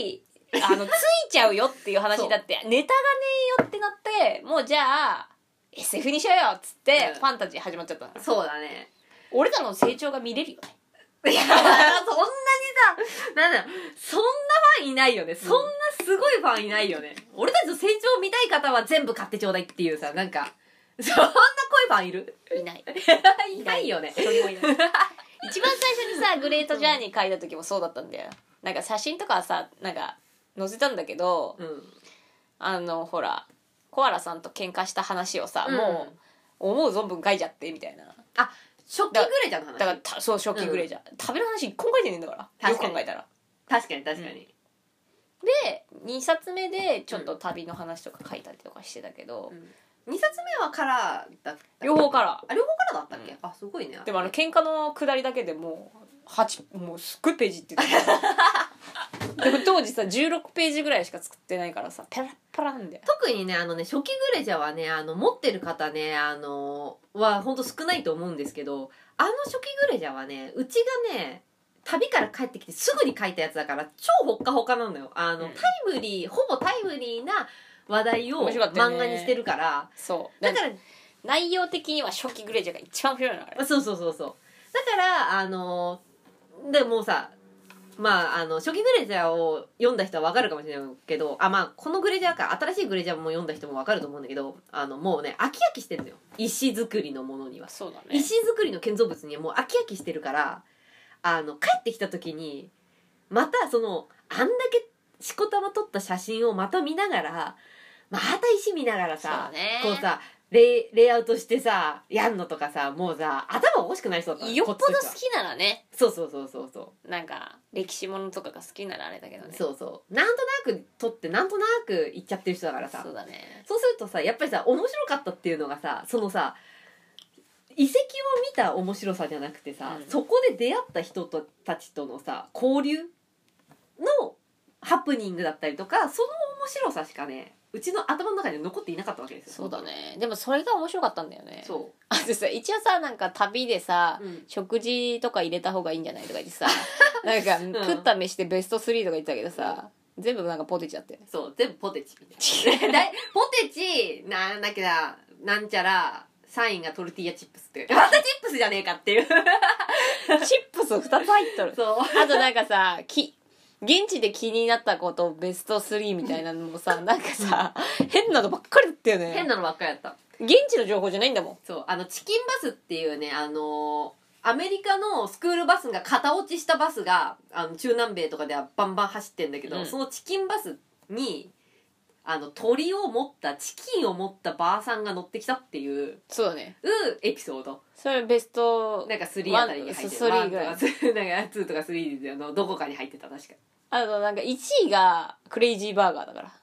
あのついちゃうよっていう話だってネタがねえよってなってもうじゃあ エスエフ にしようよっつって、うん、ファンタジー始まっちゃったから。 そうだね。 俺らの成長が見れるよね。 いやそんなにさなんだそんなファンいないよね、うん、そんなすごいファンいないよね。俺たちの成長を見たい方は全部買ってちょうだいっていうさ、なんかそんな濃いファンいる？ いないいないよね。 一人もいない一番最初にさグレートジャーニー書いた時もそうだったんだよ。なんか写真とかはさなんか載せたんだけど、うん、あのほらコアラさんと喧嘩した話をさ、うん、もう思う存分書いちゃってみたいな。 あ、初期グレージャーの話。だからそう初期グレージャー、うん、食べる話一個も書いてねえんだからよく考えたら。 確かに確かに、うん、 でにさつめでちょっと旅の話とか書いたりとかしてたけど、 うん、にさつめはカラーだったっけ？ 両方カラー。 あ、両方カラーだったっけ、うん、あ、すごいね。 でもあの喧嘩の下りだけでもうはちもうすっごいページって言ってたでも当時さじゅうろくページぐらいしか作ってないからさペラッパラんで。 特にねあのね初期グレジャーはねあの持ってる方ねあのはほんと少ないと思うんですけど、あの初期グレジャーはねうちがね旅から帰ってきてすぐに書いたやつだから超ほっかほかなのよ。あの、うん、タイムリーほぼタイムリーな話題を漫画にしてるから、 そうだから内容的には初期グレジャーが一番面白いのあれ。 そうそうそうそう。だからあのでもさまああの初期グレジャーを読んだ人は分かるかもしれないけど、あまあこのグレジャーか新しいグレジャーも読んだ人も分かると思うんだけど、あのもうね飽き飽きしてるのよ石造りのものには。 そうだね。 石造りの建造物にはもう飽き飽きしてるから、あの帰ってきた時にまたそのあんだけしこたま撮った写真をまた見ながらまた石見ながらさ、ね、こうさレイ、レイアウトしてさやんのとかさ、もうさ頭おかしくなりそうだった。 よっぽど好きならね。 そうそうそうそうそうなんか歴史ものとかが好きならあれだけどね。 そうそうなんとなく撮ってなんとなく言っちゃってる人だからさ。 そうだね。 そうするとさやっぱりさ面白かったっていうのがさそのさ遺跡を見た面白さじゃなくてさ、うん、そこで出会った人たちとのさ交流のハプニングだったりとかその面白さしかねうちの頭の中に残っていなかったわけですよ。 そうだね。でもそれが面白かったんだよね。 そう。 あでさ一応さなんか旅でさ、うん、食事とか入れた方がいいんじゃないとか言ってさなんか、うん、食った飯でベストスリーとか言ってたけどさ、うん、全部なんかポテチだったよね。 そう全部ポテチみたいなポテチなんだっけななんちゃらサインがトルティーヤチップスってまたチップスじゃねえかっていうチップスふたつ入っとる。 そうあとなんかさき現地で気になったことベストスリーみたいなのもさなんかさ変なのばっかりだったよね。 変なのばっかりだった。 現地の情報じゃないんだもん。 そうあのチキンバスっていうねあのー、アメリカのスクールバスが片落ちしたバスがあの中南米とかではバンバン走ってんだけど、うん、そのチキンバスにあの鳥を持ったチキンを持ったばあさんが乗ってきたっていうそうだねうエピソード。 それベストなんかスリーあたりに入ってる。スリーぐらいなんかツーとかスリーのどこかに入ってた確か。 あとなんかいちいがクレイジーバーガーだから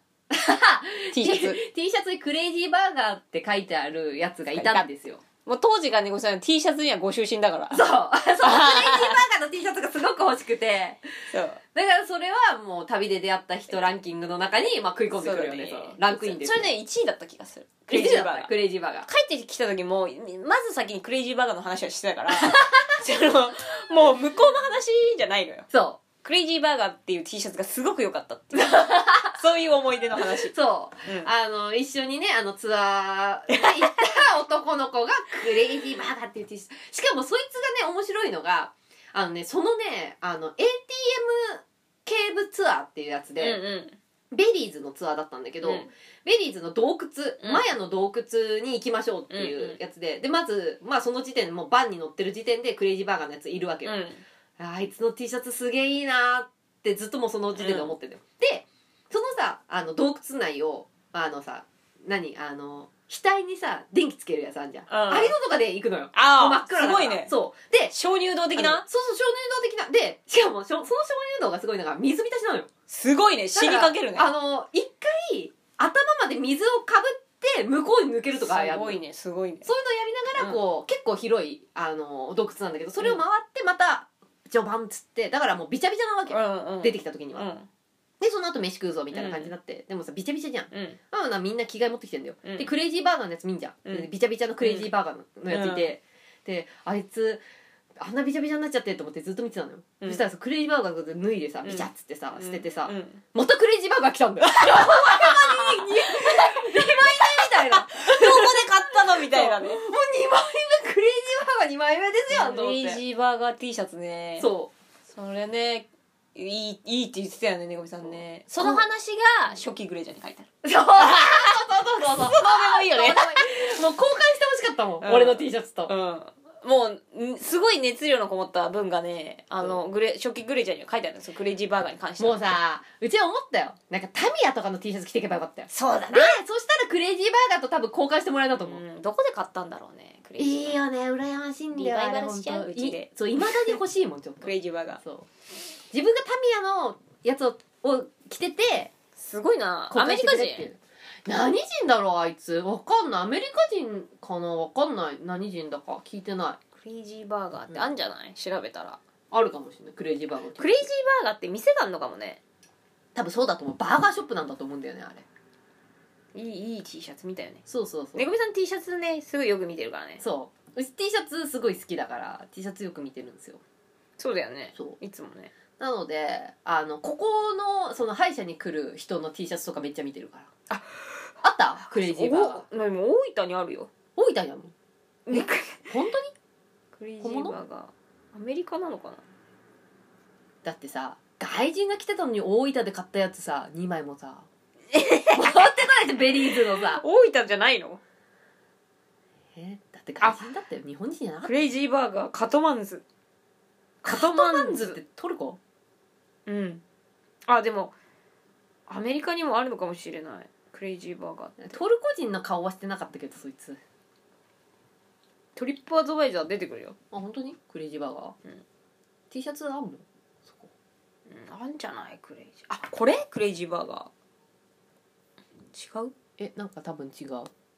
T シャツ T シャツにクレイジーバーガーって書いてあるやつがいたんですよ。 もう当時からねごめんなさい T シャツにはご就寝だからそうそうクレイジーバーガーの T シャツがすごく欲しくてそうだからそれはもう旅で出会った人ランキングの中に、まあ、食い込んでくるよね。そうねランクインです。 それねいちいだった気がする。 クレイジーバーガークレイジーバーガー帰ってきた時もまず先にクレイジーバーガーの話をしてたからそのもう向こうの話じゃないのよ。そうクレイジーバーガーっていう T シャツがすごく良かったっていうそういう思い出の話。 そう、うん、あの一緒にねあのツアーに行った男の子がクレイジーバーガーっていう T シャツしかもそいつがね面白いのがあのねそのねあの エーティーエム ケーブツアーっていうやつで、うんうんベリーズのツアーだったんだけど、うん、ベリーズの洞窟、うん、マヤの洞窟に行きましょうっていうやつで、うんうん、でまず、まあ、その時点もうバンに乗ってる時点でクレイジーバーガーのやついるわけよ、うん、あいつの T シャツすげえいいなってずっともうその時点で思ってる、うん、でそのさあの洞窟内をあのさ何あの額にさ電気つけるやつあるじゃん、うん、あれのとかで行くのよ。 ああ真っ暗だからすごいね。 そうで鍾乳洞的なそうそう鍾乳洞的なでしかもその鍾乳洞がすごいのが水浸しなのよ。 すごいね死にかけるね。 あの一回頭まで水をかぶって向こうに抜けるとかやる。 すごいねすごいね。 そういうのをやりながらこう、うん、結構広いあの洞窟なんだけどそれを回ってまた序盤っつってだからもうビチャビチャなわけ、うんうん、出てきた時には、うんでその後飯食うぞみたいな感じになって、うん、でもさビチャビチャじゃん、うん、まあみんな着替え持ってきてんだよ、うん、でクレイジーバーガーのやつ見んじゃん、うん、ビチャビチャのクレイジーバーガーのやついて、うん、であいつあんなびちゃびちゃになっちゃってと思ってずっと見てたのよ、 うんそしたらさクレイジーバーガーが脱いでさうんビチャッつってさ、捨ててさ、 うんまたクレイジーバーガー来たんだよお前はにまいめみたいなどこで買ったのみたいなね。 もうにまいめクレイジーバーガーにまいめですよとク思ってレイジーバーガー T シャツね。 そそれね、いい、いいって言ってたよね、ねこみさんね。その話が初期グレージャーに書いてある。 うそうそうそうそうそうどうでもいいよね。 もう交換してほしかったもん、 うん俺の T シャツと、 うん。もう、んすごい熱量のこもった文がね、あの、グレ、初期グレージャーには書いてあるんですよ。クレイジーバーガーに関しては。 もうさうちは思ったよ、なんかタミヤとかの T シャツ着ていけばよかったよ。 そうだなで。そしたらクレイジーバーガーと多分交換してもらえたと思う、 うん、どこで買ったんだろうね、クレイジー。 いいよね羨ましいんだよリバイバあれルしちゃう本当うちでいそういまだに欲しいもんちょっとクレイジーバーガー。 そう自分がタミヤのやつをを着ててすごいな。 交換してアメリカ人くれっていう何人だろうあいつわかんないアメリカ人かなわかんない何人だか聞いてないクレイジーバーガーってあんじゃない、調べたら。 あるかもしれないクレイジーバーガークレイジーバーガーって店があんのかもね。 多分そうだと思うバーガーショップなんだと思うんだよねあれいい、いい T シャツ見たよね。 そうそうそうねこみさん T シャツね、すごいよく見てるからね。 そううち T シャツすごい好きだから T シャツよく見てるんですよそうだよね。 そういつもね。 なのであのここのその歯医者に来る人の T シャツとかめっちゃ見てるからああったクレイジーバーガーおでも大分にあるよ。 大分にあるのね本当にクレイジーバーガー。アメリカなのかな。 だってさ外人が来てたのに大分で買ったやつさにまいもさ回ってこないでベリーズのさ大分じゃないの。 えだって外人だったよ日本人じゃなかったクレイジーバーガーカトマンズ。カトマンズってトルコうん。あ、でもアメリカにもあるのかもしれない。クレイジーバーガーって。 トルコ人の顔はしてなかったけどそいつトリップアドバイザー出てくるよ。 あ本当にクレイジーバーガー、 うん、 T シャツあんのそこ、 うん、あんじゃないクレイジー。あ、これクレイジーバーガー。違う？ えなんか多分違う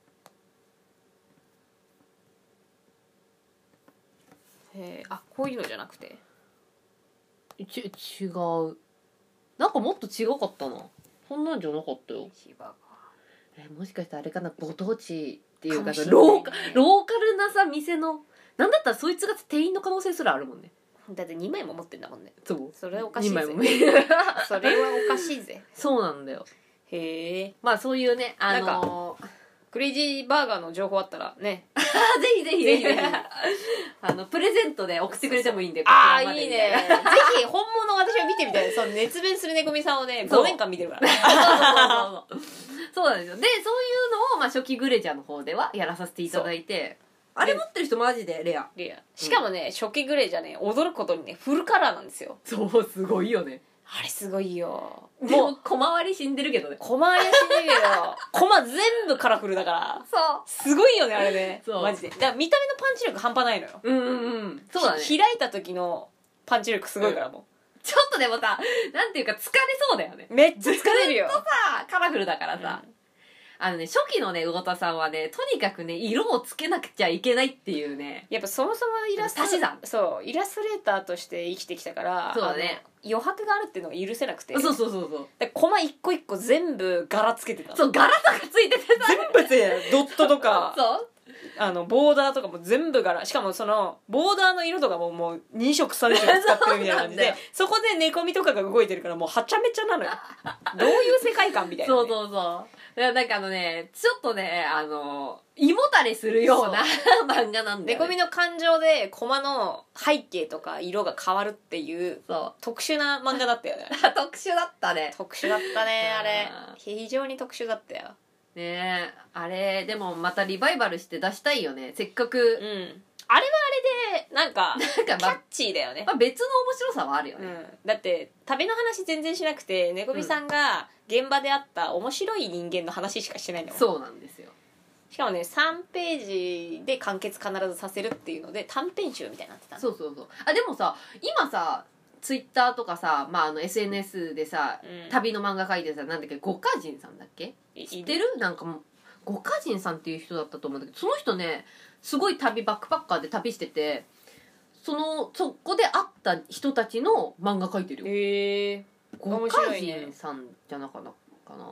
へえ、あ、こういうのじゃなくて。 ち違うなんかもっと違かったなそんなんじゃなかったよクレイジーバーガー。 えもしかしてあれかなご当地っていうかかもしれないねローカローカルなさ店のなんだったらそいつが店員の可能性すらあるもんねだってにまいも持ってんだもんね。 そうそれはおかしいぜ。 にまいもそれはおかしいぜ。 そうなんだよへえ。 まあそういうねあなんのー、 クレイジーバーガーの情報あったらね。 あぜひぜひぜひぜひあのプレゼントで送ってくれてもいいんでああ、 こちらまでいいね。ぜひ本物私は見てみたい。その熱弁する猫みさんをね、 そうごねんかん見てるから。 そうそうそうそうそうなんですよでそういうのを、まあ、初期グレジャーの方ではやらさせていただいてあれ持ってる人マジでレアレア。しかもね、初期グレーじゃね、驚くことにね、フルカラーなんですよ。 そうすごいよねあれすごいよ。 ももう、 う小回り死んでるけどねコマやしねえけど、コマ全部カラフルだから。 そうすごいよね、あれね。 そうマジで。だから見た目のパンチ力半端ないのよ。 うんうんうんそうだねひ開いた時のパンチ力すごいからもちょっとでもさなんていうか疲れそうだよねう。めっちゃ疲れるよ。 さカラフルだからさ、 うんあのね初期のね魚田さんはねとにかくね色をつけなくちゃいけないっていうねやっぱそもそもイラスト足し算そうイラストレーターとして生きてきたからそうだねあの余白があるっていうのが許せなくてそうそうそうそうでコマ一個一個全部柄つけてたのそう柄とかついててさ全部ついてたドットとかそうあのボーダーとかも全部柄しかもそのボーダーの色とかももうに色さん色使ってるみたいな感じでそこで寝込みとかが動いてるからもうはちゃめちゃなのよどういう世界観みたいな、ね、 そうそうそうだからなんかあのねちょっとねあの胃もたれするような漫画なんだよ、ね、 寝込みの感情でコマの背景とか色が変わるっていうそう特殊な漫画だったよね特殊だったね特殊だったねあれあー非常に特殊だったよねえあれでもまたリバイバルして出したいよねせっかく、 うんあれはあれでなんかなんかキャまッチーだよねまあ、別の面白さはあるよね、 うん、だって旅の話全然しなくてねこみさんが現場で会った面白い人間の話しかしてないの、 そうなんですよしかもねさんページで完結必ずさせるっていうので短編集みたいになってたのそうそうそうあでもさ今さツイッターとかさ、まあ、あの エスエヌエス でさ、 うん旅の漫画描いてさなんだっけ五花人さんだっけ知ってるなんかもう五花人さんっていう人だったと思うんだけどその人ねすごい旅バックパッカーで旅しててそのそこで会った人たちの漫画描いてるよへえ五面白花いね人さんじゃなかったかな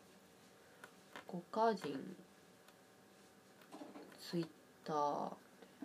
五花人ツイッター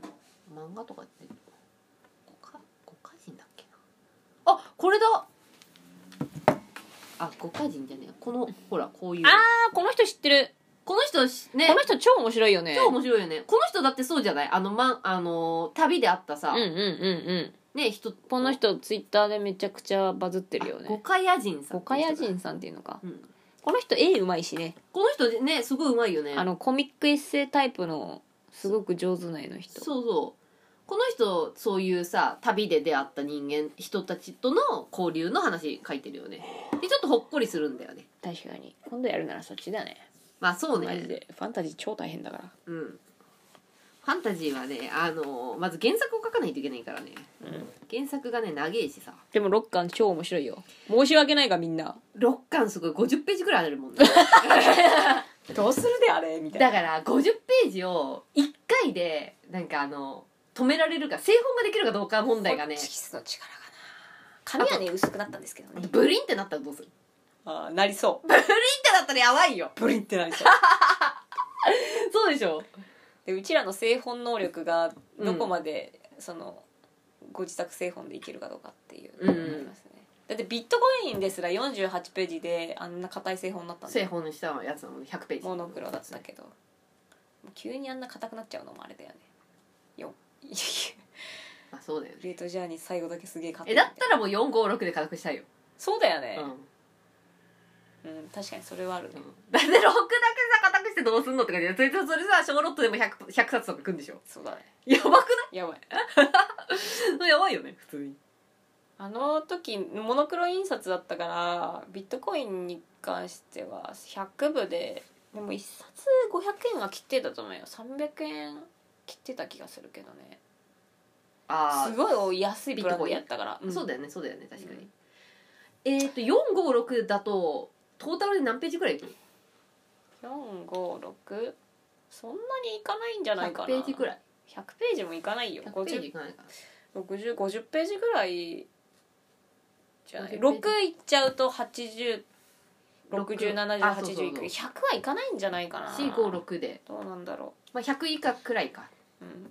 漫画とかって五か五か人だっけなあこれだあ五か人じゃねえこのほらこういうあーこの人知ってる。 この人ねこの人超面白いよね。 超面白いよねこの人だってそうじゃないあの,、ま、あの旅であったさ、 うんうんうんうんね人この人ツイッターでめちゃくちゃバズってるよね。 五箇屋人さん五箇屋人さんっていうのか、 うん、 この人絵うまいしね。 この人ねすごいうまいよねあのコミックエッセイタイプのすごく上手な絵の人。 そうそうこの人そういうさ旅で出会った人間人たちとの交流の話書いてるよねでちょっとほっこりするんだよね確かに今度やるならそっちだね。 まあそうねマジでファンタジー超大変だから。 うんファンタジーはねあのまず原作を書かないといけないからねうん原作がね長えしさでもろっかん超面白いよ。申し訳ないがみんなろっかんすごいごじゅっページぐらいあるもんねどうするであれみたいな。 だからごじゅっページをいっかいでなんかあの止められるか製本ができるかどうか問題がねホチキスの力がな。紙はね薄くなったんですけどね。 ブリンってなったらどうするああなりそう。 ブリンってなったらやばいよブリンってなりそうそうでしょでうちらの製本能力がどこまで、そのご自宅製本でいけるかどうかっていうのがありますね、だってビットコインですらよんじゅうはちページであんな硬い製本になったんだ製よ。 本にしたやつなのにひゃくページモノクロだったけど急にあんな硬くなっちゃうのもあれだよね。よあそうだよねレートジャーニー最後だけすげえ硬いえだったらもうよんごろくで価格したいよ、 そうだよねうん、 うん、確かにそれはあるね、 だってろくだけさ固くしてどうすんのって感じでそれそれさ小ロットでも ひゃく, ひゃくさつとかくんでしょそうだねやばくやばいないやばいよね普通にあの時モノクロ印刷だったからビットコインに関してはひゃくぶででもいっさつごひゃくえんは切ってたと思うよ。さんびゃくえん切ってた気がするけどね。 あすごい安いプランでやったから、 あ、 うん、 そうだよねそうだよね確かに、 うんえっ、ー、とよんごろくだとトータルで何ページぐらいいくよんごろくそんなにいかないんじゃないかな。 ひゃくページぐらいひゃくページもいかないよ。 ひゃくページいかないかろくじゅう、ごじゅっページぐらいじゃない。 ごじゅっページろくいっちゃうとはちじゅう、ろくじゅう、ななじゅう、 あはちじゅういく。 そうそうひゃくはいかないんじゃないかな。 よんごろくで、 どうなんだろまあ、ひゃく以下くらいかう。うん。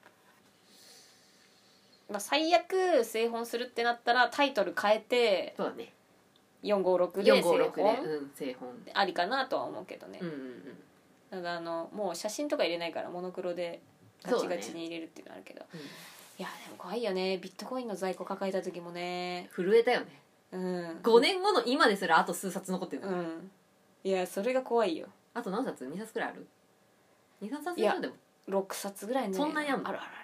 まあ、最悪製本するってなったらタイトル変えてそうだねよんごろくで製よんごろくで本うん製本ありかなとは思うけどね、 うんうんうんただあのもう写真とか入れないからモノクロでガチガチに入れるっていうのはあるけど、 うんいやでも怖いよね。ビットコインの在庫抱えた時もね、 震えたよねうんごねんごの今ですらあと数冊残ってるの、 うんいやそれが怖いよ。 あと何冊にさつくらいあるにさんさついや以上でもろくさつぐらいねそんなにあんのあるあるあ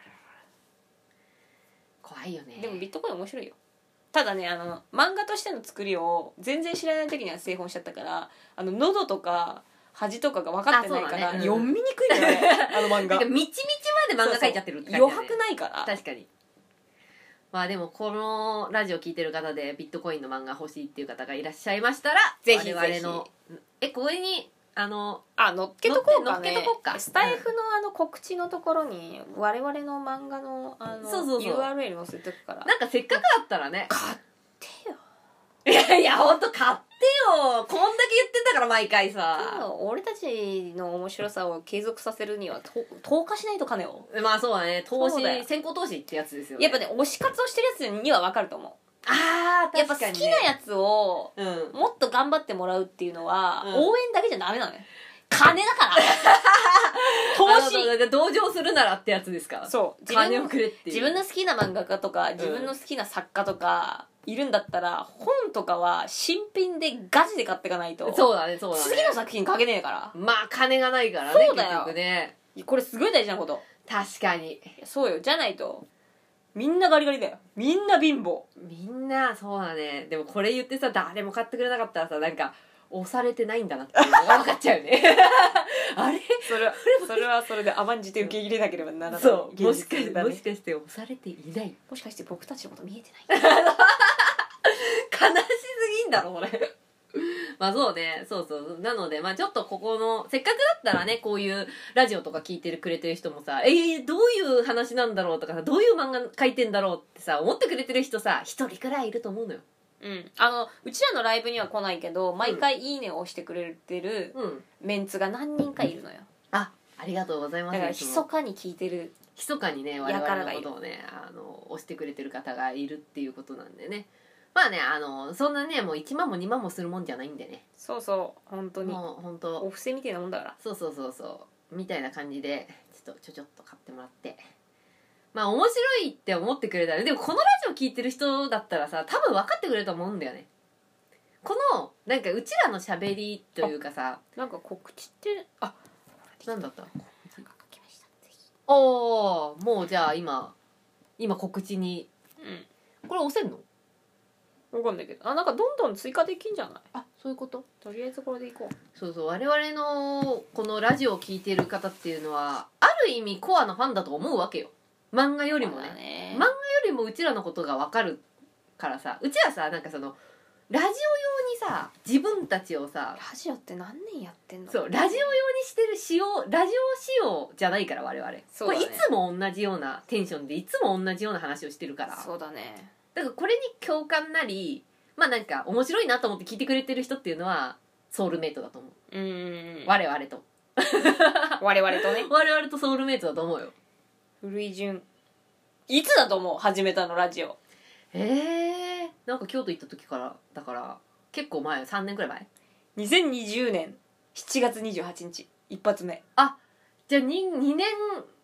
怖いよねるでもビットコイン面白いよ。ただねあの漫画としての作りを全然知らない時には製本しちゃったからあの喉とか端とかが分かってないから、 あそうだねうん読みにくいんだよねあの漫画なんかみちみちまで漫画描いちゃってるって感じだね余白ないから確かにまあでもこのラジオ聞いてる方でビットコインの漫画欲しいっていう方がいらっしゃいましたらぜひぜひ我々のえこれにあのあ乗っけとこうかね。 乗っけとこうかスタイフのあの告知のところに我々の漫画のあのそうそうそうユーアールエル 載せてくからなんかせっかくだったらね買ってよ。 いやいやほんと買ってよこんだけ言ってんだから毎回さ俺たちの面白さを継続させるにはと投下しないと金を。 まあそうだね投資そうだよ先行投資ってやつですよねやっぱね推し活をしてるやつには分かると思う。 あーやっぱ好確かに、 きなやつをうんもっと頑張ってもらうっていうのは、 うん応援だけじゃダメなのよ。金だから投資あの同情するならってやつですかそう自金を分くれっていう自分の好きな漫画家とか自分の好きな作家とかいるんだったら、本とかは新品でガチで買っていかないとそうだねそうだね次の作品書けねえから。 まあ金がないからねそうだよ結局ねこれすごい大事なこと。 確かにいやそうよ。じゃないとみんなガリガリだよ。みんな貧乏。 みんなそうだねでもこれ言ってさ誰も買ってくれなかったらさなんか押されてないんだなっていうのが分かっちゃうよねあれそれはそれはそれで甘んじて受け入れなければならない。 そうもしか現実だねもしかして押されていないもしかして僕たちのこと見えてない悲しすぎんだろこれまあそうねそうそうなのでまあちょっとここのせっかくだったらねこういうラジオとか聞いてるくれてる人もさえー、どういう話なんだろうとかさどういう漫画描いてんだろうってさ思ってくれてる人さ一人くらいいると思うのようんあのうちらのライブには来ないけど毎回いいねを押してくれてるうんメンツが何人かいるのよ。 あありがとうございますだから密かに聞いてる密かにね我々のことをねあの押してくれてる方がいるっていうことなんでね、まあねあのそんなねもういちまんもにまんもするもんじゃないんでね、 そうそう本当にもう本当お布施みたいなもんだから、 そうそうそうそうみたいな感じでちょっとちょちょっと買ってもらって、まあ面白いって思ってくれたら、でもこのラジオ聞いてる人だったらさ多分分かってくれると思うんだよね。このなんかうちらの喋りというかさ、 なんか告知ってあなんだったなんか書きました、ぜひ。 おお、もうじゃあ今今告知にうんこれ押せんの？ 分かんないけど、あなんかどんどん追加できんじゃない。 あ、そういうこと。 とりあえずこれでいこう。 そうそう、我々のこのラジオを聞いてる方っていうのはある意味コアなファンだと思うわけよ。漫画よりもね、 ね漫画よりもうちらのことが分かるからさ、うちらさなんかそのラジオ用にさ自分たちをさ、 ラジオって何年やってんの。 そうラジオ用にしてる仕様、ラジオ仕様じゃないから我々 そうだね、 これいつも同じようなテンションでいつも同じような話をしてるから、 そうだね。 だからこれに共感なり、まあなんか面白いなと思って聞いてくれてる人っていうのはソウルメイトだと思う。 うん、 我々と我々とね我々とソウルメイトだと思うよ。 古い順いつだと思う始めたのラジオ。 えー、なんか京都行った時からだから結構前、さんねんくらい前。 にせんにじゅうねんしちがつにじゅうはちにち一発目。 あ、じゃあ 2, 2年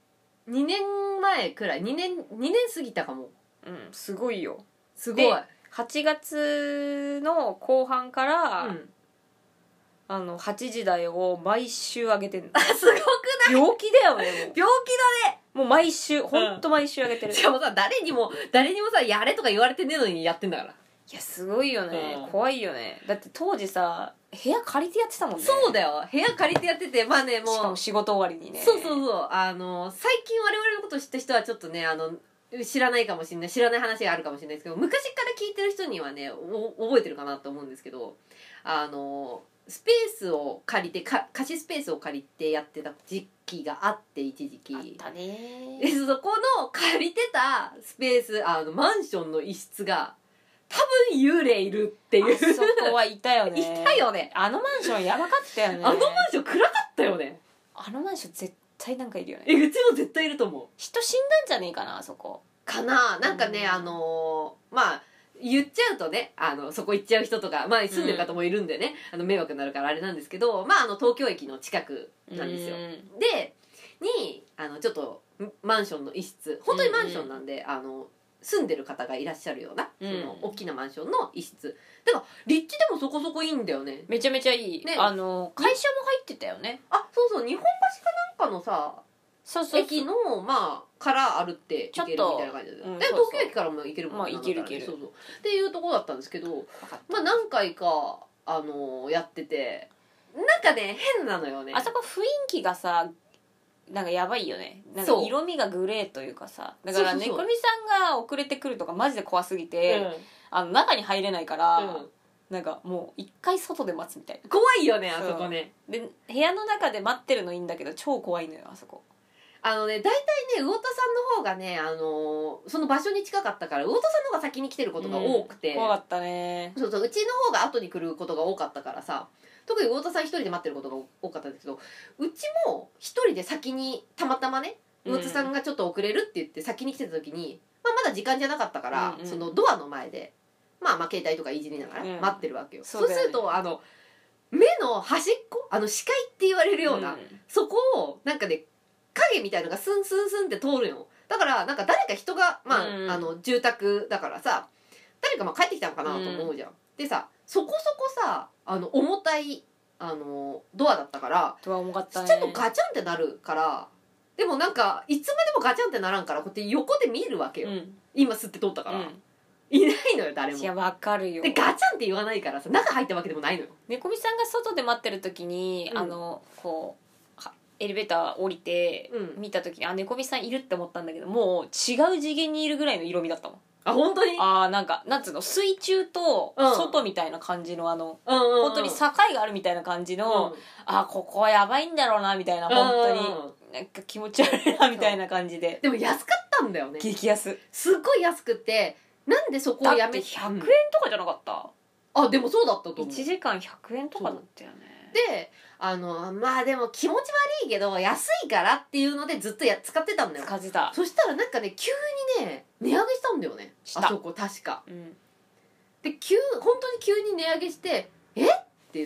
2年前くらい、2年にねん過ぎたかも。 うんすごいよ。 すごい。 はちがつの後半から、 うん、 あのはちじ台を毎週上げてんの。 あ、すごくない？ 病気だよねもう。 病気だね。 もう毎週ほんと毎週上げてる、 しかもさ誰にも誰にもさやれとか言われてねえのにやってんだから。 いやすごいよね、 うん怖いよね。だって当時さ部屋借りてやってたもんね。 そうだよ、部屋借りてやってて、まあねもうしかも仕事終わりにね。 そうそうそう、あの最近我々のことを知った人はちょっとねあの知らないかもしれない、知らない話があるかもしれないですけど、昔から聞いてる人にはねお覚えてるかなと思うんですけど、あのスペースを借りてか貸しスペースを借りてやってた時期があって、一時期あったねでそこの借りてたスペース、あのマンションの一室が多分幽霊いるっていう。 あそこはいたよね。 いたよね。 あのマンションやばかったよね。 あのマンション暗かったよね。 あのマンション絶対なんかいるよね。 え、うちも絶対いると思う。 人死んだんじゃねえかなあそこ。 かな、なんかね、 うんあのーまあ言っちゃうとね、あのそこ行っちゃう人とか、まあ、住んでる方もいるんでね、うん、あの迷惑になるからあれなんですけど、まあ、あの東京駅の近くなんですよ。でにあのちょっとマンションの一室、本当にマンションなんで、あの住んでる方がいらっしゃるような、その大きなマンションの一室だから立地でもそこそこいいんだよね。 めちゃめちゃいい、ね、あの会社も入ってたよね。 あ、そうそう、日本橋かなんかのさ、 そうそうそう駅のまあから歩って行けるみたいな感じで、で、うん、東京駅からも行けるもんね、 まあ行ける行ける、 そうそうっていうところだったんですけど、まあ何回かあのー、やっててなんかね変なのよね。 あそこ雰囲気がさなんかやばいよね。なんか色味がグレーというかさ、だからねこみさんが遅れてくるとかマジで怖すぎて、うん、あの中に入れないから、うん、なんかもう一回外で待つみたいな。 怖いよねあそこね。 で部屋の中で待ってるのいいんだけど超怖いのよあそこ。 あのね大体ね魚田さんの方がね、あのー、その場所に近かったから魚田さんの方が先に来てることが多くて、 うん、怖かったね。 そうそう、うちの方が後に来ることが多かったからさ、特に魚田さん一人で待ってることが多かったんですけど、うちも一人で先にたまたまね魚田さんがちょっと遅れるって言って先に来てた時に、まあ、まだ時間じゃなかったから、うんうん、そのドアの前で、まあ、まあ携帯とかいじりながら待ってるわけよ、うん、そう、ね、そうするとあの目の端っこ、あの視界って言われるような、うん、そこをなんかね影みたいのがスンスンスンって通るよ。だからなんか誰か人が、まあうん、あの住宅だからさ誰かまあ帰ってきたのかなと思うじゃん、うん、でさそこそこさあの重たいあのドアだったからドア重かったね。 ちょっとガチャンってなるから、でもなんかいつまでもガチャンってならんからこうやって横で見るわけよ、うん、今吸って通ったから、うん、いないのよ誰も。 いやわかるよ。 でガチャンって言わないからさ中入ったわけでもないのよ。 猫みさんが外で待ってる時に、うん、あのこうエレベーター降りて見た時に、うん、あ猫みさんいるって思ったんだけどもう違う次元にいるぐらいの色味だったもん。 あ本当に。 あなんかなんつうの水中と外みたいな感じのあの、 うんうんうん、 本当に境があるみたいな感じの、うん、あここはやばいんだろうなみたいな、本当になんか気持ち悪いなみたいな感じで。 でも安かったんだよね。 激安。 すっごい安くて、なんでそこをやめてひゃくえんとかじゃなかった、 うん、あでもそうだったと思う。 いちじかんひゃくえんとかだったよね。 であのまあでも気持ち悪いけど安いからっていうのでずっとや使ってたんだよ。 使ってた。 そしたらなんかね急にね値上げしたんだよね、 したあそこ確か。 うんで急本当に急に値上げしてえって言って、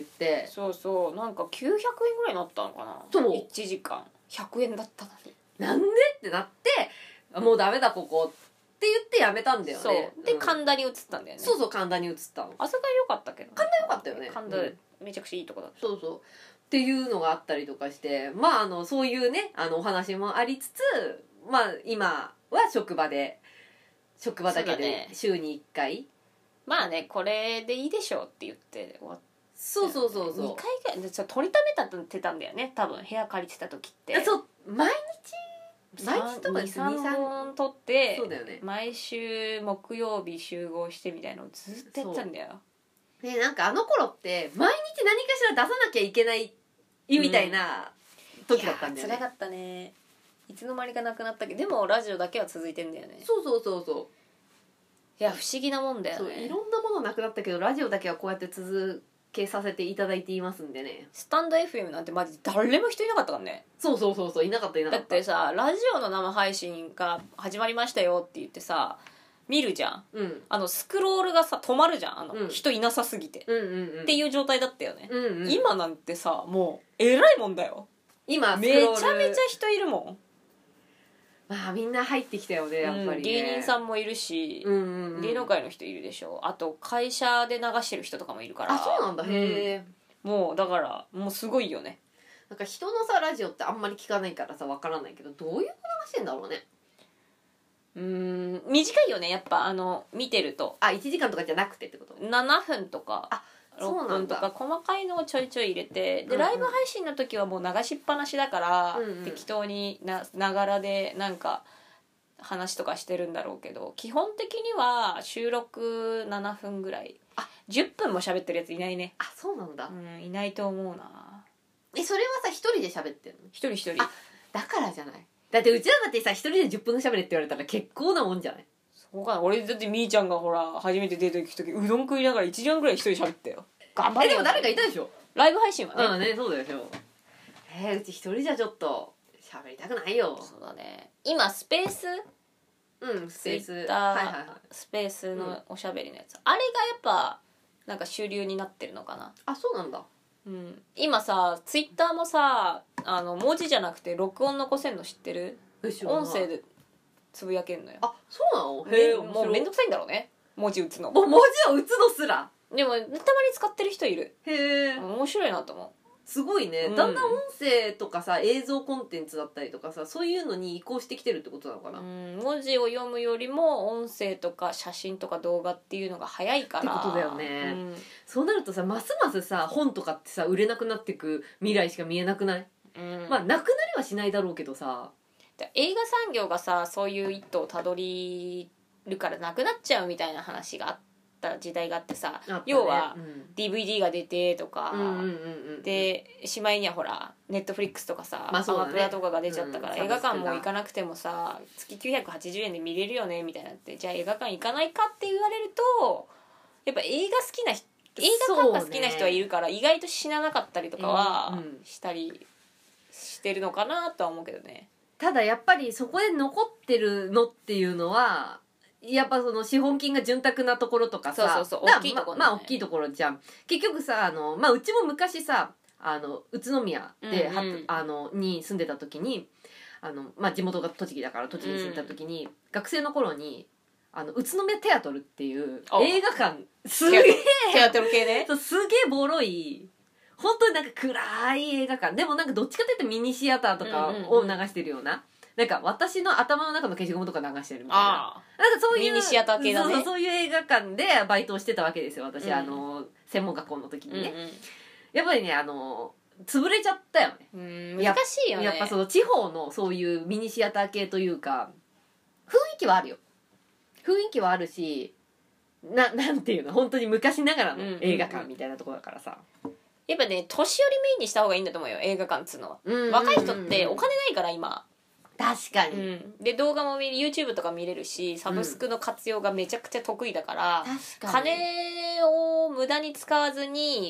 そうそうなんかきゅうひゃくえんぐらいになったのかな。 そういちじかんひゃくえんだったのになんでってなってもうダメだここって言ってやめたんだよね。 そうで、 うん神田に移ったんだよね。 そうそう神田に移ったの。 あそこは良かったけど、ね、 神田良かったよね。 神田、 うんめちゃくちゃいいとこだった。 そうそうっていうのがあったりとかしてまああのそういうねあのお話もありつつまあ今は職場で職場だけで週にいっかいまあねこれでいいでしょうって言って終わって、 そうそうそうそうにかいぐらいちょっと取りためたってたんだよね多分部屋借りてた時って。 そう毎日毎日とかにさんぼん取ってそうだよね。 毎週木曜日集合してみたいのをずっとやってたんだよ。 ね、なんかあの頃って毎日何かしら出さなきゃいけないみたいな時だったんだよね。 辛かったね。いつの間にかなくなったけどでもラジオだけは続いてんだよね。 そうそうそうそういや不思議なもんだよそうね。 いろんなものなくなったけどラジオだけはこうやって続けさせていただいていますんでね。 スタンド エフエム なんてマジで誰も人いなかったからね。 そうそうそうそういなかったいなかった。 だってさラジオの生配信が始まりましたよって言ってさ見るじゃん。 うんあのスクロールがさ止まるじゃんあの、 うん人いなさすぎて、 うんうんうんっていう状態だったよね、 うんうん、 今なんてさもうえらいもんだよ。 今めちゃめちゃ人いるもん。 まあみんな入ってきたよねやっぱりね、 うん、芸人さんもいるし、 うんうんうん、 芸能界の人いるでしょ。あと会社で流してる人とかもいるから。 あそうなんだ、へえ、 もうだからもうすごいよね。 なんか人のさラジオってあんまり聞かないからさわからないけどどういうの流してんだろうね。 うーん短いよねやっぱあの見てるとあいちじかんとかじゃなくてってこと？ ななふんとかあろっぷんとか細かいのをちょいちょい入れてで、 うんうんライブ配信の時はもう流しっぱなしだから、 うんうん適当になながらでなんか話とかしてるんだろうけど基本的には収録ななふんぐらい。あじゅっぷんも喋ってるやついないね。 あそうなんだ、 うんいないと思うな。 えそれはさ一人で喋ってんの？ 一人一人。 あだからじゃない。だってうちらだってさ一人でじゅっぷん喋れって言われたら結構なもんじゃない？ そうかな。俺だってみーちゃんがほら初めてデート行く時うどん食いながらいちじかんぐらい一人喋ったよ。頑張れよ。 えでも誰かいたでしょライブ配信はね。 うんねそうでしょ。えー、うち一人じゃちょっと喋りたくないよ。 そうだね。今スペースうんスペース Twitter はいはいはいスペースのおしゃべりのやつ、あれがやっぱなんか主流になってるのかな。 あそうなんだ。 うん今さツイッターもさあの文字じゃなくて録音残せんの知ってる？音声でつぶやけんのよ。 あそうなの？ へえへえもうめんどくさいんだろうね文字打つの。 もう文字を打つのすら。 でもたまに使ってる人いる。 へえ面白いなと思う。 すごいね、 うんだんだん音声とかさ映像コンテンツだったりとかさそういうのに移行してきてるってことなのかな、 うっん文字を読むよりも音声とか写真とか動画っていうのが早いからてことだよねうんそうなるとさますますさ本とかってさ売れなくなってく未来しか見えなくない？ うんまあなくなりはしないだろうけどさで映画産業がさそういう一途をたどりるからなくなっちゃうみたいな話があった時代があってさ、 あったね要はうんディーブイディー が出てとか、 うんうんうんうんでしまいにはほらネットフリックスとかさ、 まあそうだねアマプラとかが出ちゃったから、 うん映画館も行かなくてもさ月きゅうひゃくはちじゅうえんで見れるよねみたいになって、じゃあ映画館行かないかって言われるとやっぱ映画好きな人映画館が好きな人はいるから意外と死ななかったりとかはうんうんしたりしてるのかなとは思うけどね。 ただやっぱりそこで残ってるのっていうのはやっぱその資本金が潤沢なところとかさそうそうそうだから大きいところねままあ大きいところじゃん結局さあの、まあ、うちも昔さあの宇都宮で、 うんうんはあのに住んでた時にあの、まあ、地元が栃木だから栃木に住んでた時に、学生の頃にあの宇都宮テアトルっていう映画館すげえテアトル系ね。 そうすげえボロい本当になんか暗い映画館でもなんかどっちかというとミニシアターとかを流してるような、なんか私の頭の中の消しゴムとか流してるみたいなあなんかそういうミニシアター系だね。 そうそうそういう映画館でバイトをしてたわけですよ私、 うんあの専門学校の時にね、 うんうんやっぱりねあの潰れちゃったよね。 うん難しいよね。 やっぱその地方のそういうミニシアター系というか雰囲気はあるよ雰囲気はあるしななんていうの本当に昔ながらの映画館みたいなところだからさ、 やっぱね年寄りメインにした方がいいんだと思うよ映画館っつうのは。 うんうんうんうん若い人ってお金ないから今、 確かに、 うん、で動画も見る YouTube とか見れるしサブスクの活用がめちゃくちゃ得意だから、 確かに金を無駄に使わずに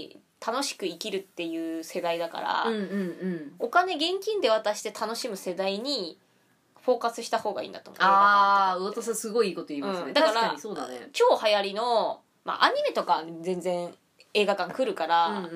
楽しく生きるっていう世代だから、 うんうんうん、 お金現金で渡して楽しむ世代にフォーカスした方がいいんだと思う。 ああ、魚田さんすごいいいこと言いますね、 うん、だから確かにそうだね。 超流行りの、まあ、アニメとか全然映画館来るから、 うんうんうん、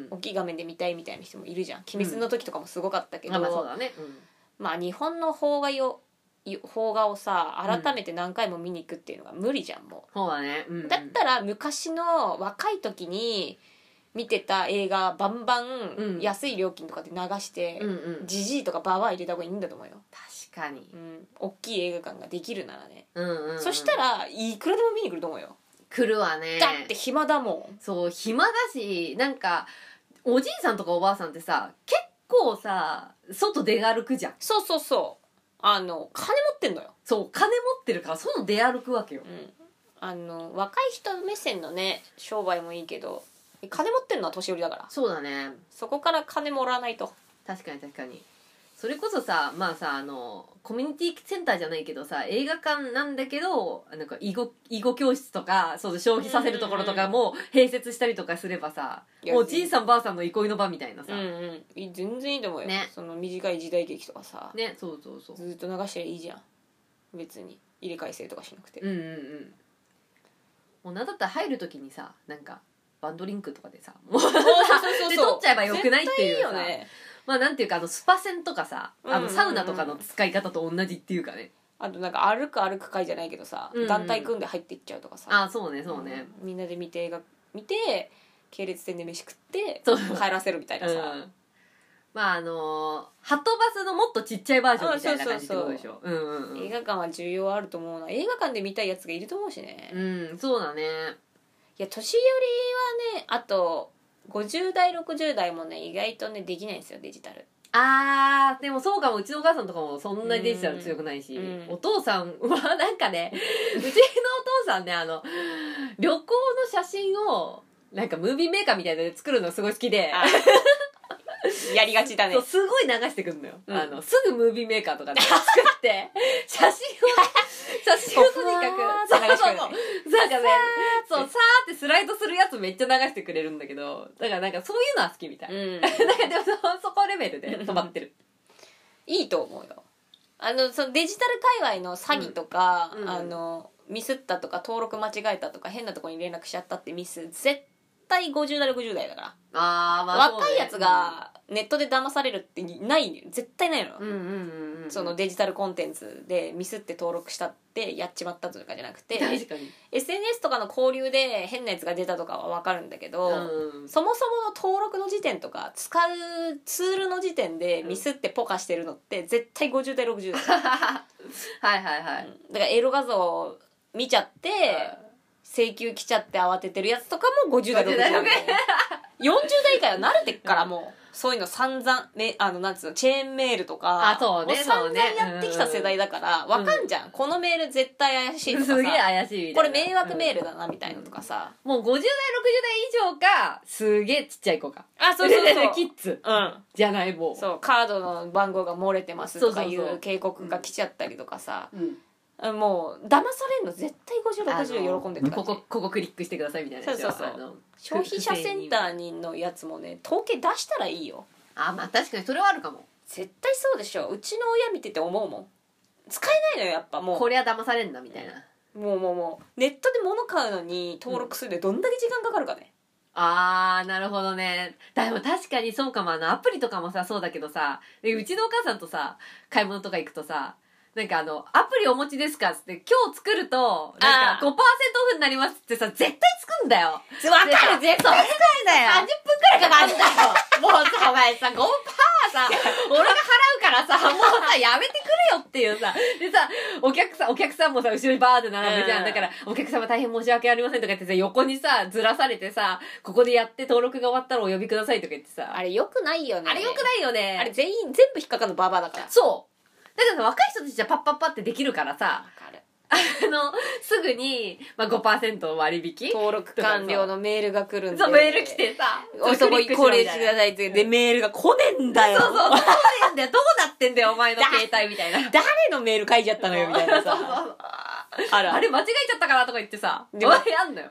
大きい画面で見たいみたいな人もいるじゃん。鬼滅の時とかもすごかったけど、 うん、まあそうだね、うん、 まあ日本の邦画よ邦画をさ改めて何回も見に行くっていうのが無理じゃんもう。 そうだね、うんうん、 だったら昔の若い時に見てた映画バンバン安い料金とかで流してジジイとかババア入れた方がいいんだと思うよ。 確かに、 うん、大きい映画館ができるならね、 うんうんうん、 そしたらいくらでも見に来ると思うよ。 来るわね。 だって暇だもん。 そう暇だし、なんかおじいさんとかおばあさんってさ結構さ外出歩くじゃん。 そうそうそう、あの金持ってんのよ。 そう金持ってるから外出歩くわけよ、 うん、あの若い人目線のね商売もいいけど金持ってんのは年寄りだから。 そうだね、 そこから金もらわないと。 確かに確かに。それこそさ、まあさ、あのコミュニティセンターじゃないけどさ映画館なんだけどなんか囲碁囲碁教室とかそう消費させるところとかも併設したりとかすればさ、おじいさんばあさんの憩いの場みたいなさ、 うんうん、全然いいと思うよ、 ね、 その短い時代劇とかさ、 ね、そうそうそう、 ずっと流してりゃいいじゃん。別に入れ替え制とかしなくて。 うんうんうん。もうなんだったら入る時にさなんかワンドリンクとかでさもうで取っちゃえばよくないっていうさ、ね、まあなんていうかあのスパセンとかさ、あのサウナとかの使い方と同じっていうかね。 あとなんか歩く歩く会じゃないけどさ、うんうん、団体組んで入っていっちゃうとかさ。 あ、そうねそうね、 うん、みんなで見て映画見て系列店で飯食って帰らせるみたいなさ、うん、 まああのー、ハトバスのもっとちっちゃいバージョンみたいな感じってことでしょ。 映画館は需要あると思うな。映画館で見たいやつがいると思うしね。 うん、そうだね。 いや年寄りはね、あとごじゅう代ろくじゅう代もね意外とねできないんですよデジタル。 あーでもそうかも。うちのお母さんとかもそんなにデジタル強くないし、うん、お父さんはなんかねうちのお父さんねあの旅行の写真をなんかムービーメーカーみたいなので作るのすごい好きでやりがちだね。 そうすごい流してくんのよ、うん、あのすぐムービーメーカーとかで作って写真を写真をとにかくそうそうそうなんかねそうさーってスライドするやつめっちゃ流してくれるんだけど、だからなんかそういうのは好きみたい、うん、なんかでもそこレベルで止まってるいいと思うよ。あのそのデジタル界隈の詐欺とか、うんうん、あのミスったとか登録間違えたとか変なところに連絡しちゃったってミス絶対ごじゅう代ろくじゅう代だから。 あー、まあそうね、 若いやつがネットで騙されるってない、絶対ないの、 うんうんうんうん、 そのデジタルコンテンツでミスって登録したってやっちまったとかじゃなくて、 確かにエスエヌエス とかの交流で変なやつが出たとかは分かるんだけど、 うん、 そもそもの登録の時点とか使うツールの時点でミスってポカしてるのって絶対ごじゅう代ろくじゅう代はいはいはい、 うん、だからエロ画像見ちゃって、うん請求来ちゃって慌ててるやつとかもごじゅう代ろくじゅう代よんじゅう代以下は慣れてっからもうそういうの散々めあのなんつうのチェーンメールとかあそうねもう散々やってきた世代だからわかんじゃん、うん、このメール絶対怪しいとかさすげえ怪しいみたいなこれ迷惑メールだなみたいなとかさ、 うん、もうごじゅう代ろくじゅう代以上かすげえちっちゃい子かあそうそうそうキッズ、 うん、 じゃないもうそうカードの番号が漏れてますとかいう警告が来ちゃったりとかさ、うんもう騙されんの絶対ごじゅうろくじゅう喜んでるここここクリックしてくださいみたいな。 そうそうそう消費者センターにのやつもね統計出したらいいよ。 あまあ確かにそれはあるかも。 絶対そうでしょ。うちの親見てて思うもん。使えないのよやっぱもうこれは騙されんだみたいな。 もうもうもうネットで物買うのに登録するでどんだけ時間かかるかね、 うん、あーなるほどね。でも確かにそうかも。あのアプリとかもさそうだけどさうちのお母さんとさ買い物とか行くとさなんかあの、アプリお持ちですかつって、今日作ると、なんかごパーセントオフになりますってさ、絶対つくんだよ。わかる、絶対つくんだよ。 さんじゅっぷんくらいかかるんだよ。もうさ、お前さ、ごパーセントさ、俺が払うからさ、もうさ、やめてくれよっていうさ。でさ、お客さん、お客さんもさ、後ろにバーって並ぶじゃん。だから、お客様大変申し訳ありませんとか言ってさ、横にさ、ずらされてさ、ここでやって登録が終わったらお呼びくださいとか言ってさ。 あれ良くないよね。 あれ良くないよね。 あれ全員、全部引っかかるのババアだから。 そう。だけど若い人たちはパッパッパってできるからさ、 かるあの、すぐに、まあ、ごパーセント 割引登録完了のメールが来るんで。 そう、メール来てさ、 おそこ高齢してくださいって。で、メールが来ねえんだよ。 そうそう、そうねんだよ。どうなってんだよ、お前の携帯みたいな。 誰のメール書いちゃったのよ、みたいなさ。 そうそうそうあれ、あれ間違えちゃったかなとか言ってさ、 でもやんのよ。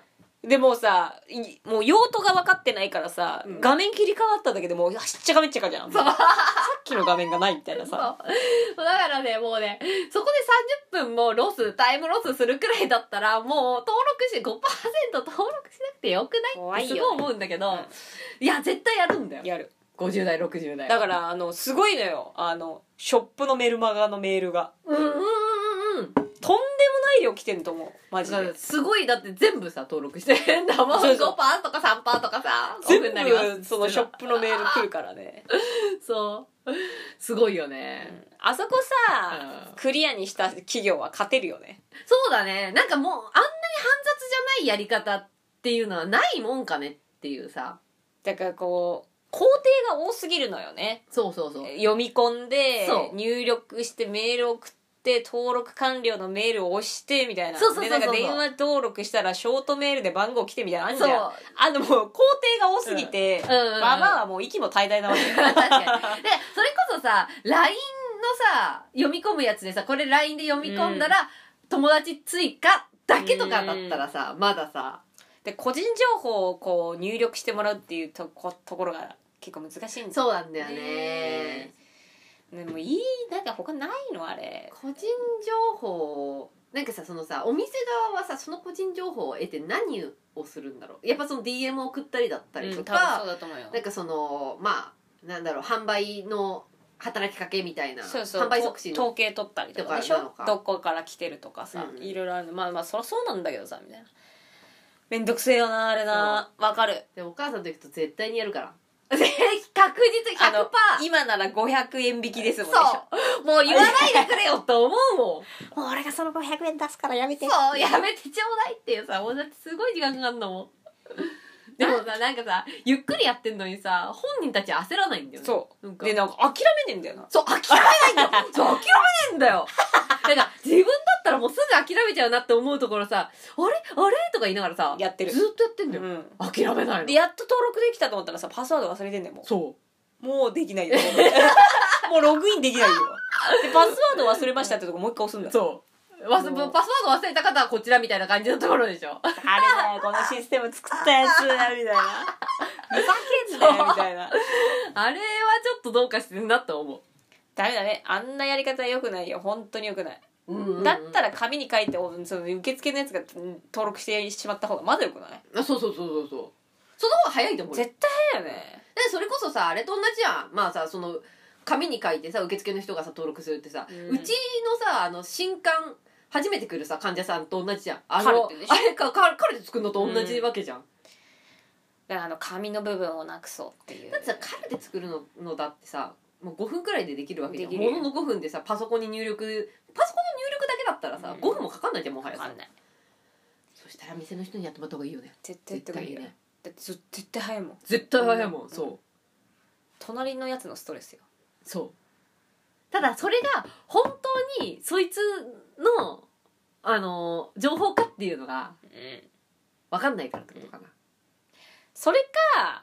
でもうさいもう用途が分かってないからさ、うん、画面切り替わっただけでもうしっちゃかめっちゃかじゃん。さっきの画面がないみたいなさ。 そうだからねもうねそこでさんじゅっぷんもロスタイムロスするくらいだったらもう登録して ごパーセント 登録しなくてよくないってすごい思うんだけど、ねうん、いや絶対やるんだよ。 やる。 ごじゅう代ろくじゅう代だからあのすごいのよあのショップのメルマガのメールがうんうんうんうんとんでもない量来てんと思うマジで。 すごいだって全部さ登録してんだもん。そうそう ごパーセント とか さんパーセント とかさ全部そのショップのメール来るからねそうすごいよね、 うん、あそこさ、うん、クリアにした企業は勝てるよね。 そうだねなんかもうあんなに煩雑じゃないやり方っていうのはないもんかねっていうさ。 だからこう工程が多すぎるのよね。 そうそうそう読み込んで入力してメール送って登録完了のメールを押してみたいな。 そうそうそうそう。 でなんか電話登録したらショートメールで番号来てみたいなのあんじゃん。そうあのもう工程が多すぎて、うんうんうん、ババアはもう息も怠惰なわけよ確かに。でそれこそさ ライン のさ読み込むやつでさこれ ライン で読み込んだら、うん、友達追加だけとかだったらさ、うん、まださで個人情報をこう入力してもらうっていうと こところが結構難しいんですよね。 そうなんだよね。 でもいいなんか他ないのあれ。 個人情報なんかさそのさお店側はさその個人情報を得て何をするんだろう。やっぱその ディーエム を送ったりだったりとか、 うん、そうだと思うよ。 なんかそのまあなんだろう販売の働きかけみたいな。 そうそう販売促進の統計取ったりとかでしょ。どこから来てるとかさ、うん、いろいろあるの。まあまあそりゃそうなんだけどさみたいな。めんどくせえよなあれな。わかる。 でもお母さんと行くと絶対にやるから確実 ひゃくパーセント今ならごひゃくえん引きですもんね。 そうもう言わないでくれよって思うもんもう俺がそのごひゃくえん出すからやめて。 そうやめてちょうだいっていうさもうだってすごい時間かかんのもんでもさなんかさゆっくりやってんのにさ本人たち焦らないんだよね。 そうなんかでなんか諦めねえんだよな。 そう諦めないんだよそう諦めねえんだよなんか自分だったらもうすぐ諦めちゃうなって思うところさあれあれとか言いながらさやってるずっとやってんだよ、うん、諦めないのでやっと登録できたと思ったらさパスワード忘れてんだよもう。 そうもうできないよもうログインできないよでパスワード忘れましたってとこもう一回押すんだ。 そうパスワード忘れた方はこちらみたいな感じのところでしょあれだよこのシステム作ったやつみたいなふざけんなよみたいなあれはちょっとどうかしてんなと思う。 ダメだねあんなやり方は良くないよ本当に良くない、 うんうんうん、 だったら紙に書いてその受付のやつが登録してしまった方がまだ良くない？ あそうそうそうそうそうその方が早いと思う。 絶対早いよね。 でそれこそさあれと同じやん。まあさその紙に書いてさ受付の人がさ登録するってさ、うん、うちのさあの新刊初めて来るさ患者さんと同じじゃん。あのカルテでしょ。あれかカルテ作るのと同じわけじゃん、うん、 だからあの紙の部分をなくそうっていう。 だってさカルテ作るののだってさもうごふんくらいでできるわけじゃん。もののごふんでさパソコンに入力パソコンの入力だけだったらさ、うん、ごふんもかかんないじゃんもはやさ。かかんない。そしたら店の人にやってもらった方がいいよね。 絶対やった方がいいよね。だって絶対早いもん。 絶対早いもん、うん、そう隣のやつのストレスよ。 そうただそれが本当にそいつのあの情報かっていうのが分かんないからってことかな、うん、 それか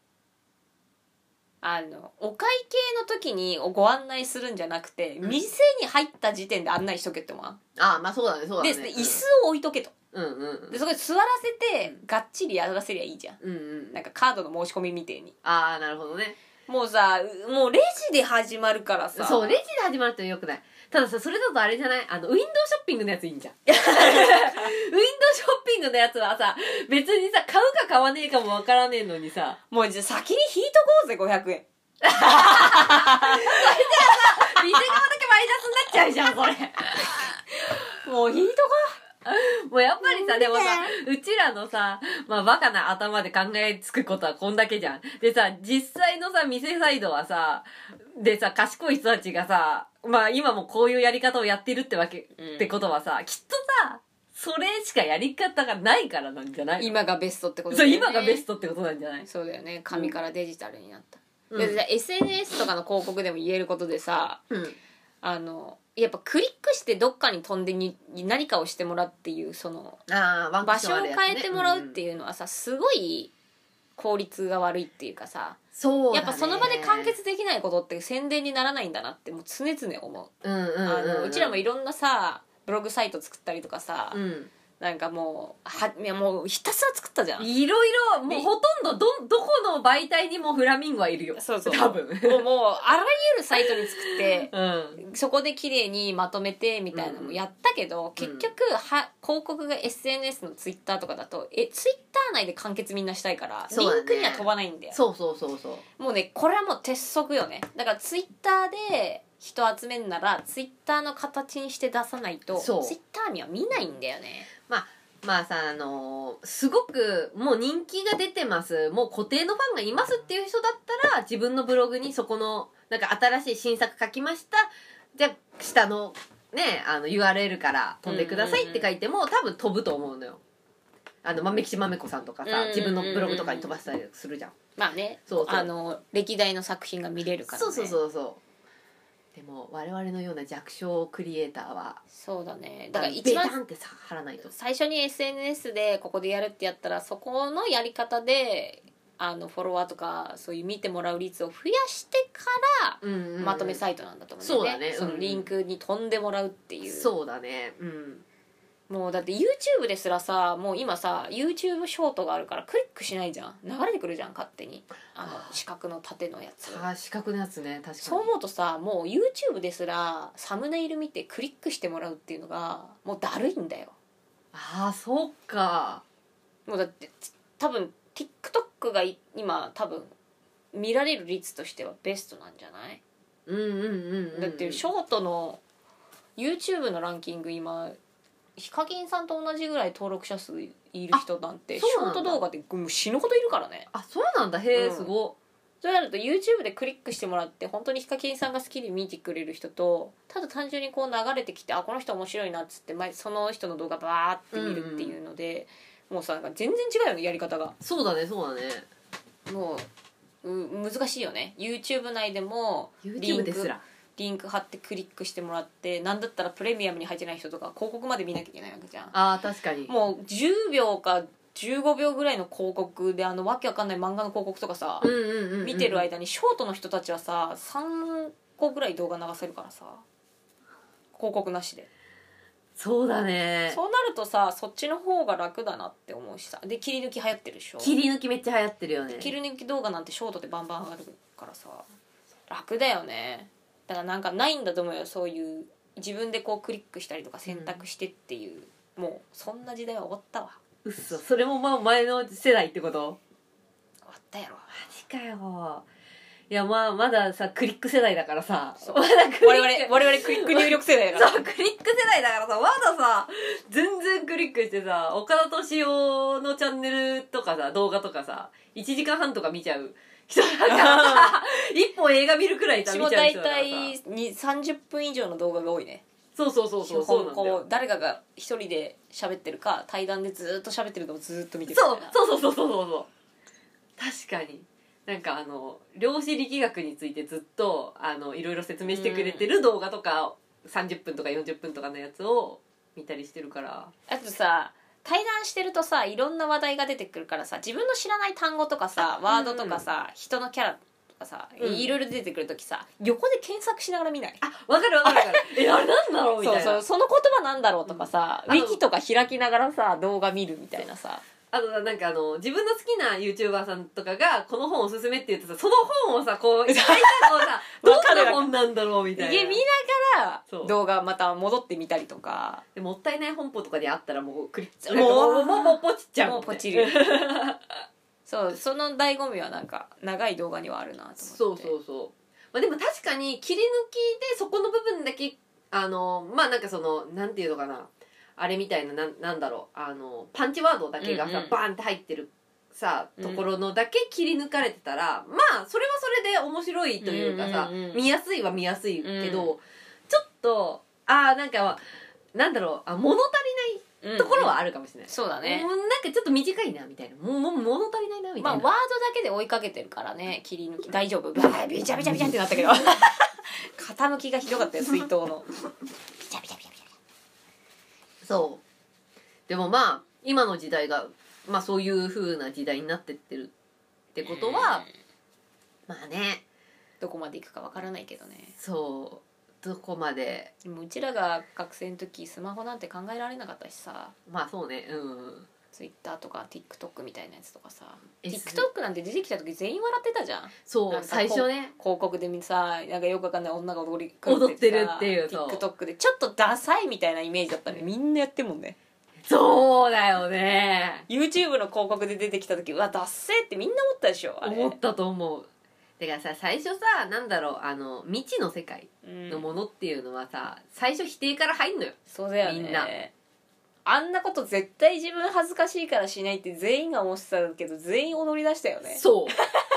あのお会計の時にご案内するんじゃなくて、うん、店に入った時点で案内しとけって思わん？ ああまあそうだねそうだね。 で、椅子を置いとけと、うんうんうん、でそこで座らせてがっちりやらせりゃいいじゃん、うんうん、なんかカードの申し込みみてえに。 ああなるほどね。 もうさもうレジで始まるからさ。 そうレジで始まるってよくない。たださそれだとあれじゃないあのウィンドウショッピングのやついいんじゃんウィンドウショッピングのやつはさ別にさ買うか買わねえかもわからねえのにさもうじゃあ先に引いとこうぜごひゃくえんそれじゃあさ店側だけマイナスになっちゃうじゃんそれもう引いとこうもうやっぱりさでもさうちらのさまあバカな頭で考えつくことはこんだけじゃん。でさ実際のさ店サイドはさでさ賢い人たちがさまあ今もこういうやり方をやってるってわけ、うん、ってことはさきっとさそれしかやり方がないからなんじゃないの？ 今がベストってことだよね。 そう今がベストってことなんじゃない？ そうだよね紙からデジタルになった、うん、で エスエヌエス とかの広告でも言えることでさ、うん、あのやっぱクリックしてどっかに飛んでに何かをしてもらうっていうそのあー場所を変えてもらうっていうのはさすごい効率が悪いっていうかさそうだね、 やっぱその場で完結できないことって宣伝にならないんだなってもう常々思う。 うんうんうんうん、 あのうちらもいろんなさブログサイト作ったりとかさ、うん、 なんかもうはいやもうひたすら作ったじゃん。 いろいろもうほとんどどどこの媒体にもフラミンゴはいるよ。 そうそう多分もうもうあらゆるサイトに作ってうんそこで綺麗にまとめてみたいなのもやったけど、 うん結局は広告が エスエヌエス のツイッターとかだとえツイッター内で完結みんなしたいから、 そうだねリンクには飛ばないんだよ。 そうそうそうそうもうねこれはもう鉄則よね。だからツイッターで人集めんならツイッターの形にして出さないとツイそうッターには見ないんだよね。 まあまあさあのーすごくもう人気が出てますもう固定のファンがいますっていう人だったら自分のブログにそこのなんか新しい新作書きましたじゃあ下のねあの ユーアールエル から飛んでくださいって書いても多分飛ぶと思うのよ。あの豆吉豆子さんとかさ自分のブログとかに飛ばしたりするじゃん。 まあねそうそうあの歴代の作品が見れるからね。 そうそうそうそうでも我々のような弱小クリエイターはそうだね。だから一ベ番タンってさ貼らないと。 最初に エスエヌエス でここでやるってやったらそこのやり方であのフォロワーとかそういう見てもらう率を増やしてからうんうんうんまとめサイトなんだと思うんだよね。 そうだねそのリンクに飛んでもらうっていう。 そうだねうんもうだって YouTube ですらさもう今さ YouTube ショートがあるからクリックしないじゃん。流れてくるじゃん勝手にあの四角の縦のやつ。 あ四角のやつね確かに。 そう思うとさもう YouTube ですらサムネイル見てクリックしてもらうっていうのがもうだるいんだよ。 ああそっかもうだって多分 TikTok がい今多分見られる率としてはベストなんじゃない？ うんうんうん、うん、 だってショートの YouTube のランキング今ヒカキンさんと同じぐらい登録者数いる人なんてショート動画でもう死ぬほどいるからね。 あそうなんだへえ、 うんすごそれなると YouTube でクリックしてもらって本当にヒカキンさんが好きで見てくれる人とただ単純にこう流れてきてあこの人面白いなっつって前その人の動画バーって見るっていうので、もうさなんか全然違うよねやり方が。 そうだねそうだねもうう難しいよね。 YouTube 内でもリ YouTube ンクですらリンク貼ってクリックしてもらってなんだったらプレミアムに入ってない人とか広告まで見なきゃいけないわけじゃん。 あー確かにもうじゅうびょうかじゅうごびょうぐらいの広告であのわけわかんない漫画の広告とかさ、 うんうんうん、うん、 見てる間にショートの人たちはささんこぐらい動画流せるからさ広告なしで。 そうだねそうなるとさそっちの方が楽だなって思うしさ。で切り抜き流行ってるでしょ。 切り抜きめっちゃ流行ってるよね。 切り抜き動画なんてショートでバンバン上がるからさ楽だよね。だからなんかないんだと思うよそういう自分でこうクリックしたりとか選択してっていう、うん、もうそんな時代は終わったわ。 うっそそれもまあ前の世代ってこと？ 終わったやろ。 マジかよ。いやまあまださクリック世代だからさそうまだクリック我々我々クリック入力世代だからそうクリック世代だからさまださ全然クリックしてさ岡田敏夫のチャンネルとかさ動画とかさいちじかんはんとか見ちゃう人だからさ一本映画見るくらいさうちも大見ちゃう人だからさ体にさんじゅっぷん以上の動画が多いね。 そうそうそうそう基本そうなんだよこう誰かが一人で喋ってるか対談でずっと喋ってるのをずっと見てるそうみたいな。 そうそうそうそうそうそう確かになんかあの量子力学についてずっとあのいろいろ説明してくれてる動画とか、さんじゅっぷんとかよんじゅっぷんとかのやつを見たりしてるから。 あとさ対談してるとさいろんな話題が出てくるからさ自分の知らない単語とかさワードとかさ、うん、人のキャラとかさ、うん、いろいろ出てくるときさ横で検索しながら見ない？ あわかるわかるわかるえあれなんだろうみたいな。 そうそうその言葉なんだろうとかさ、うん、ウィキとか開きながらさ動画見るみたいなさ。 あとなんかあの自分の好きな YouTuber さんとかがこの本おすすめって言ってさその本をさこう一回さこうさどんな本なんだろうみたいな家見ながら動画また戻ってみたりとか。 でもったいない本舗とかであったらもうクリックもうもうもうポチっちゃうもうポチるそうその醍醐味はなんか長い動画にはあるなと思って。 そうそうそう、まあ、でも確かに切り抜きでそこの部分だけあのまあなんかそのなんていうのかなあれみたいな、な、なんだろうあのパンチワードだけがさ、うんうん、バーンって入ってるさところのだけ切り抜かれてたら、うん、まあそれはそれで面白いというかさ、うんうんうん、見やすいは見やすいけど、うん、ちょっとああなんかなんだろうあ物足りないところはあるかもしれない、うんうん、 そうだね。 もうなんかちょっと短いなみたいなもうもう物足りないなみたいな。 まあワードだけで追いかけてるからね切り抜き大丈夫ビチャビチャビチャってなったけど傾きがひどかったよ水筒のビチャビチャビチャビチャ。 そうでもまあ今の時代がまあそういう風な時代になってってるってことは、まあねどこまでいくかわからないけどね。 そうどこまで。 でもうちらが学生の時スマホなんて考えられなかったしさ、 まあそうね、うん。 ツイッターとか TikTok みたいなやつとかさ、 S TikTok なんて出てきた時全員笑ってたじゃん。 そうなんか最初ね広告で見さ、なんかよくわかんない女が踊り踊ってるっていうそう TikTok でちょっとダサいみたいなイメージだったのにみんなやってんもんね。 そうだよね。 YouTube の広告で出てきた時うわダッセーってみんな思ったでしょあれ。 思ったと思う。てかさ最初さなんだろうあの未知の世界うんのものっていうのはさ最初否定から入んのよ。 そうだよね。 みんなあんなこと絶対自分恥ずかしいからしないって全員が思ってたけど全員踊り出したよね。 そう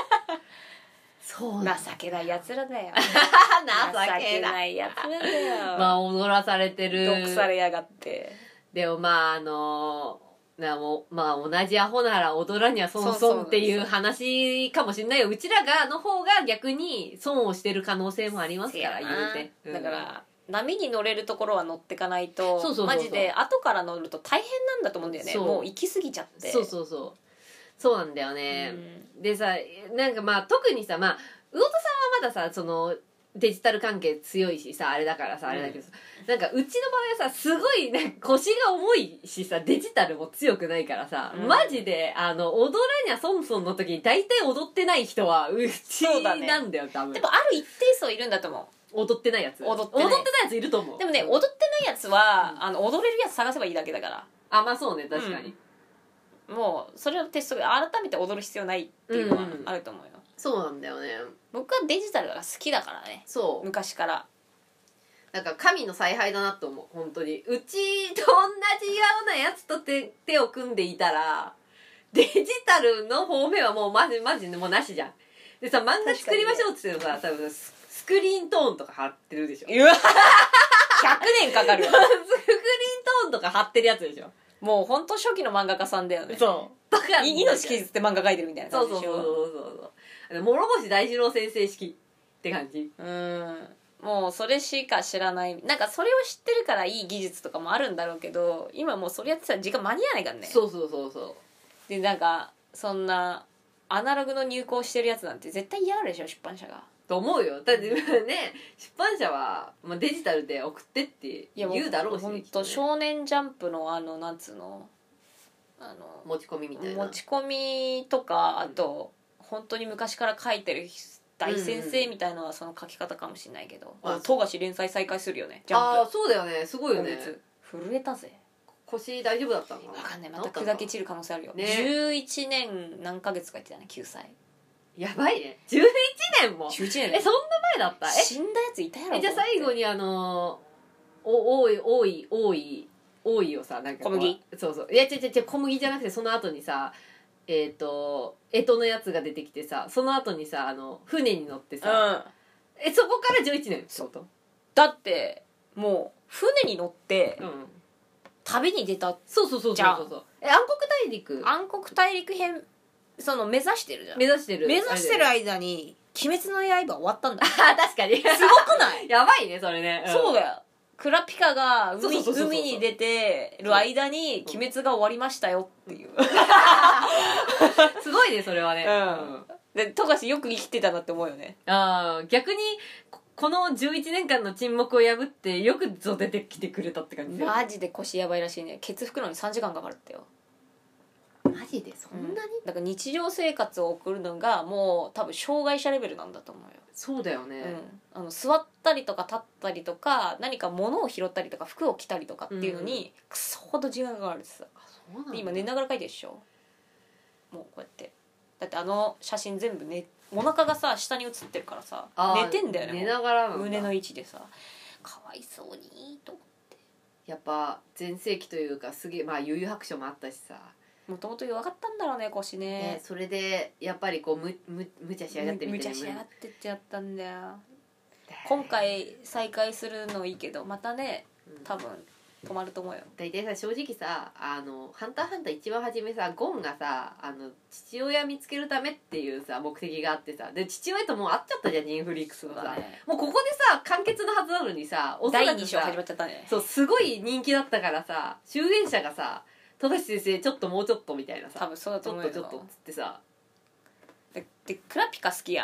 そう情けないやつらだよ情けなないやつらだよ。 まあ踊らされてる。 毒されやがって。 でもまああのなもまあ同じアホなら踊らには損損っていう話かもしんないよ。うちらがの方が逆に損をしてる可能性もありますから言うて、うん、 だから波に乗れるところは乗ってかないとそうそうそうそうマジで後から乗ると大変なんだと思うんだよね。もう行き過ぎちゃって。 そうそうそうそうなんだよね、 うん、 でさなんかまあ特にさまあ魚田さんはまださそのデジタル関係強いしさあれだからさあれだけどさ、うん、なんかうちの場合はさすごいなんか腰が重いしさデジタルも強くないからさ、うん、マジであの踊らにゃソンソンの時に大体踊ってない人はうちなんだよ、ね、多分。 でもある一定数いるんだと思う。 踊ってないやつ踊ってない踊ってないやついると思う。 でもね踊ってないやつは、うん、あの踊れるやつ探せばいいだけだから。 あまあそうね確かに、 うん、もうそれをテストで改めて踊る必要ないっていうのはあると思うよ、うんうん、 そうなんだよね。 僕はデジタルが好きだからね。 そう昔からなんか神の采配だなと思う本当に。うちと同じようなやつと手手を組んでいたらデジタルの方面はもうマジマジもうなしじゃん。でさ漫画作りましょうって言ってもさ多分スクリーントーンとか貼ってるでしょ。 うわひゃくねんかかるよスクリーントーンとか貼ってるやつでしょ。 もうほんと初期の漫画家さんだよね。 そうとか命削って漫画描いてるみたいな感じでしょ。 そうそうそうそうそう諸星大二郎先生式って感じ。 うんもうそれしか知らない。なんかそれを知ってるからいい技術とかもあるんだろうけど今もうそれやってたら時間間に合わないからね。 そうそうそうそうでなんかそんなアナログの入稿してるやつなんて絶対嫌がるでしょ出版社が。 と思うよ。だってね出版社は、まあ、デジタルで送ってって言うだろうし、ね、 ほんと少年ジャンプのあのなんつうのあの持ち込みみたいな持ち込みとかあと、うん、本当に昔から書いてる大先生みたいのはその書き方かもしれないけど、うんうん、富樫連載再開するよねジャンプ。 ああそうだよねすごいよね。 震えたぜ。 腰大丈夫だったのかな。 分かんないまた砕け散る可能性あるよ、ね、じゅういちねん何ヶ月か言ってたねきゅうさい。 やばいねじゅういちねんもじゅういちねんえそんな前だった。え死んだやついたやろ。 えじゃあ最後にあのお多い多い多い多いをさなんか小麦そうそういや違う違う違う小麦じゃなくてその後にさえっ、ー、と干支のやつが出てきてさその後にさあの船に乗ってさ、うん、えそこからじゅういちねんってことだってもう船に乗って、 うん、 旅に出たそうそうそうそうそうそうえ暗黒大陸暗黒大陸編その目指してるじゃん。 目指してる目指してる間に鬼滅の刃終わったんだよ確かにすごくないやばいねそれね、 うん、そうだよ。クラピカが 海, そうそうそうそう海に出てる間に鬼滅が終わりましたよっていうすごいねそれはね、 うんで富樫よく生きてたなって思うよね。 ああ逆にこのじゅういちねんかんの沈黙を破ってよくぞ出てきてくれたって感じ。 マジで腰やばいらしいね。ケツ拭くのにさんじかんかかるってよ。 マジでそんなに、うん、 だから日常生活を送るのがもう多分障害者レベルなんだと思うよ。 そうだよね、 うん、あの座ったりとか立ったりとか何か物を拾ったりとか服を着たりとかっていうのに、うん、クソほど時間がかかるってさ。 そうなんだ。 今寝ながら書いてるでしょもうこうやってだってあの写真全部ねお腹がさ下に写ってるからさ寝てんだよね。 寝ながらなんだ。 胸の位置でさかわいそうにと思ってやっぱ全盛期というかすげえまあ悠々白書もあったしさもともと弱かったんだろうね腰ね。 ねそれでやっぱりこうむむ無茶しやがってみたいな無茶しやがってっちゃったんだよ。今回再開するのいいけどまたね多分止まると思うよ。 大体さ正直さあのハンターハンター一番初めさゴンがさあの父親見つけるためっていうさ目的があってさで父親ともう会っちゃったじゃんニンフリックスのさ、ね、もうここでさ完結のはずなのにさおそらくさだいに章始まっちゃったね。 そうすごい人気だったからさ集英社がさ戸田先生ちょっともうちょっとみたいなさ多分そうだと思うよ。 ちょっとちょっとっつってさででクラピカ好きやん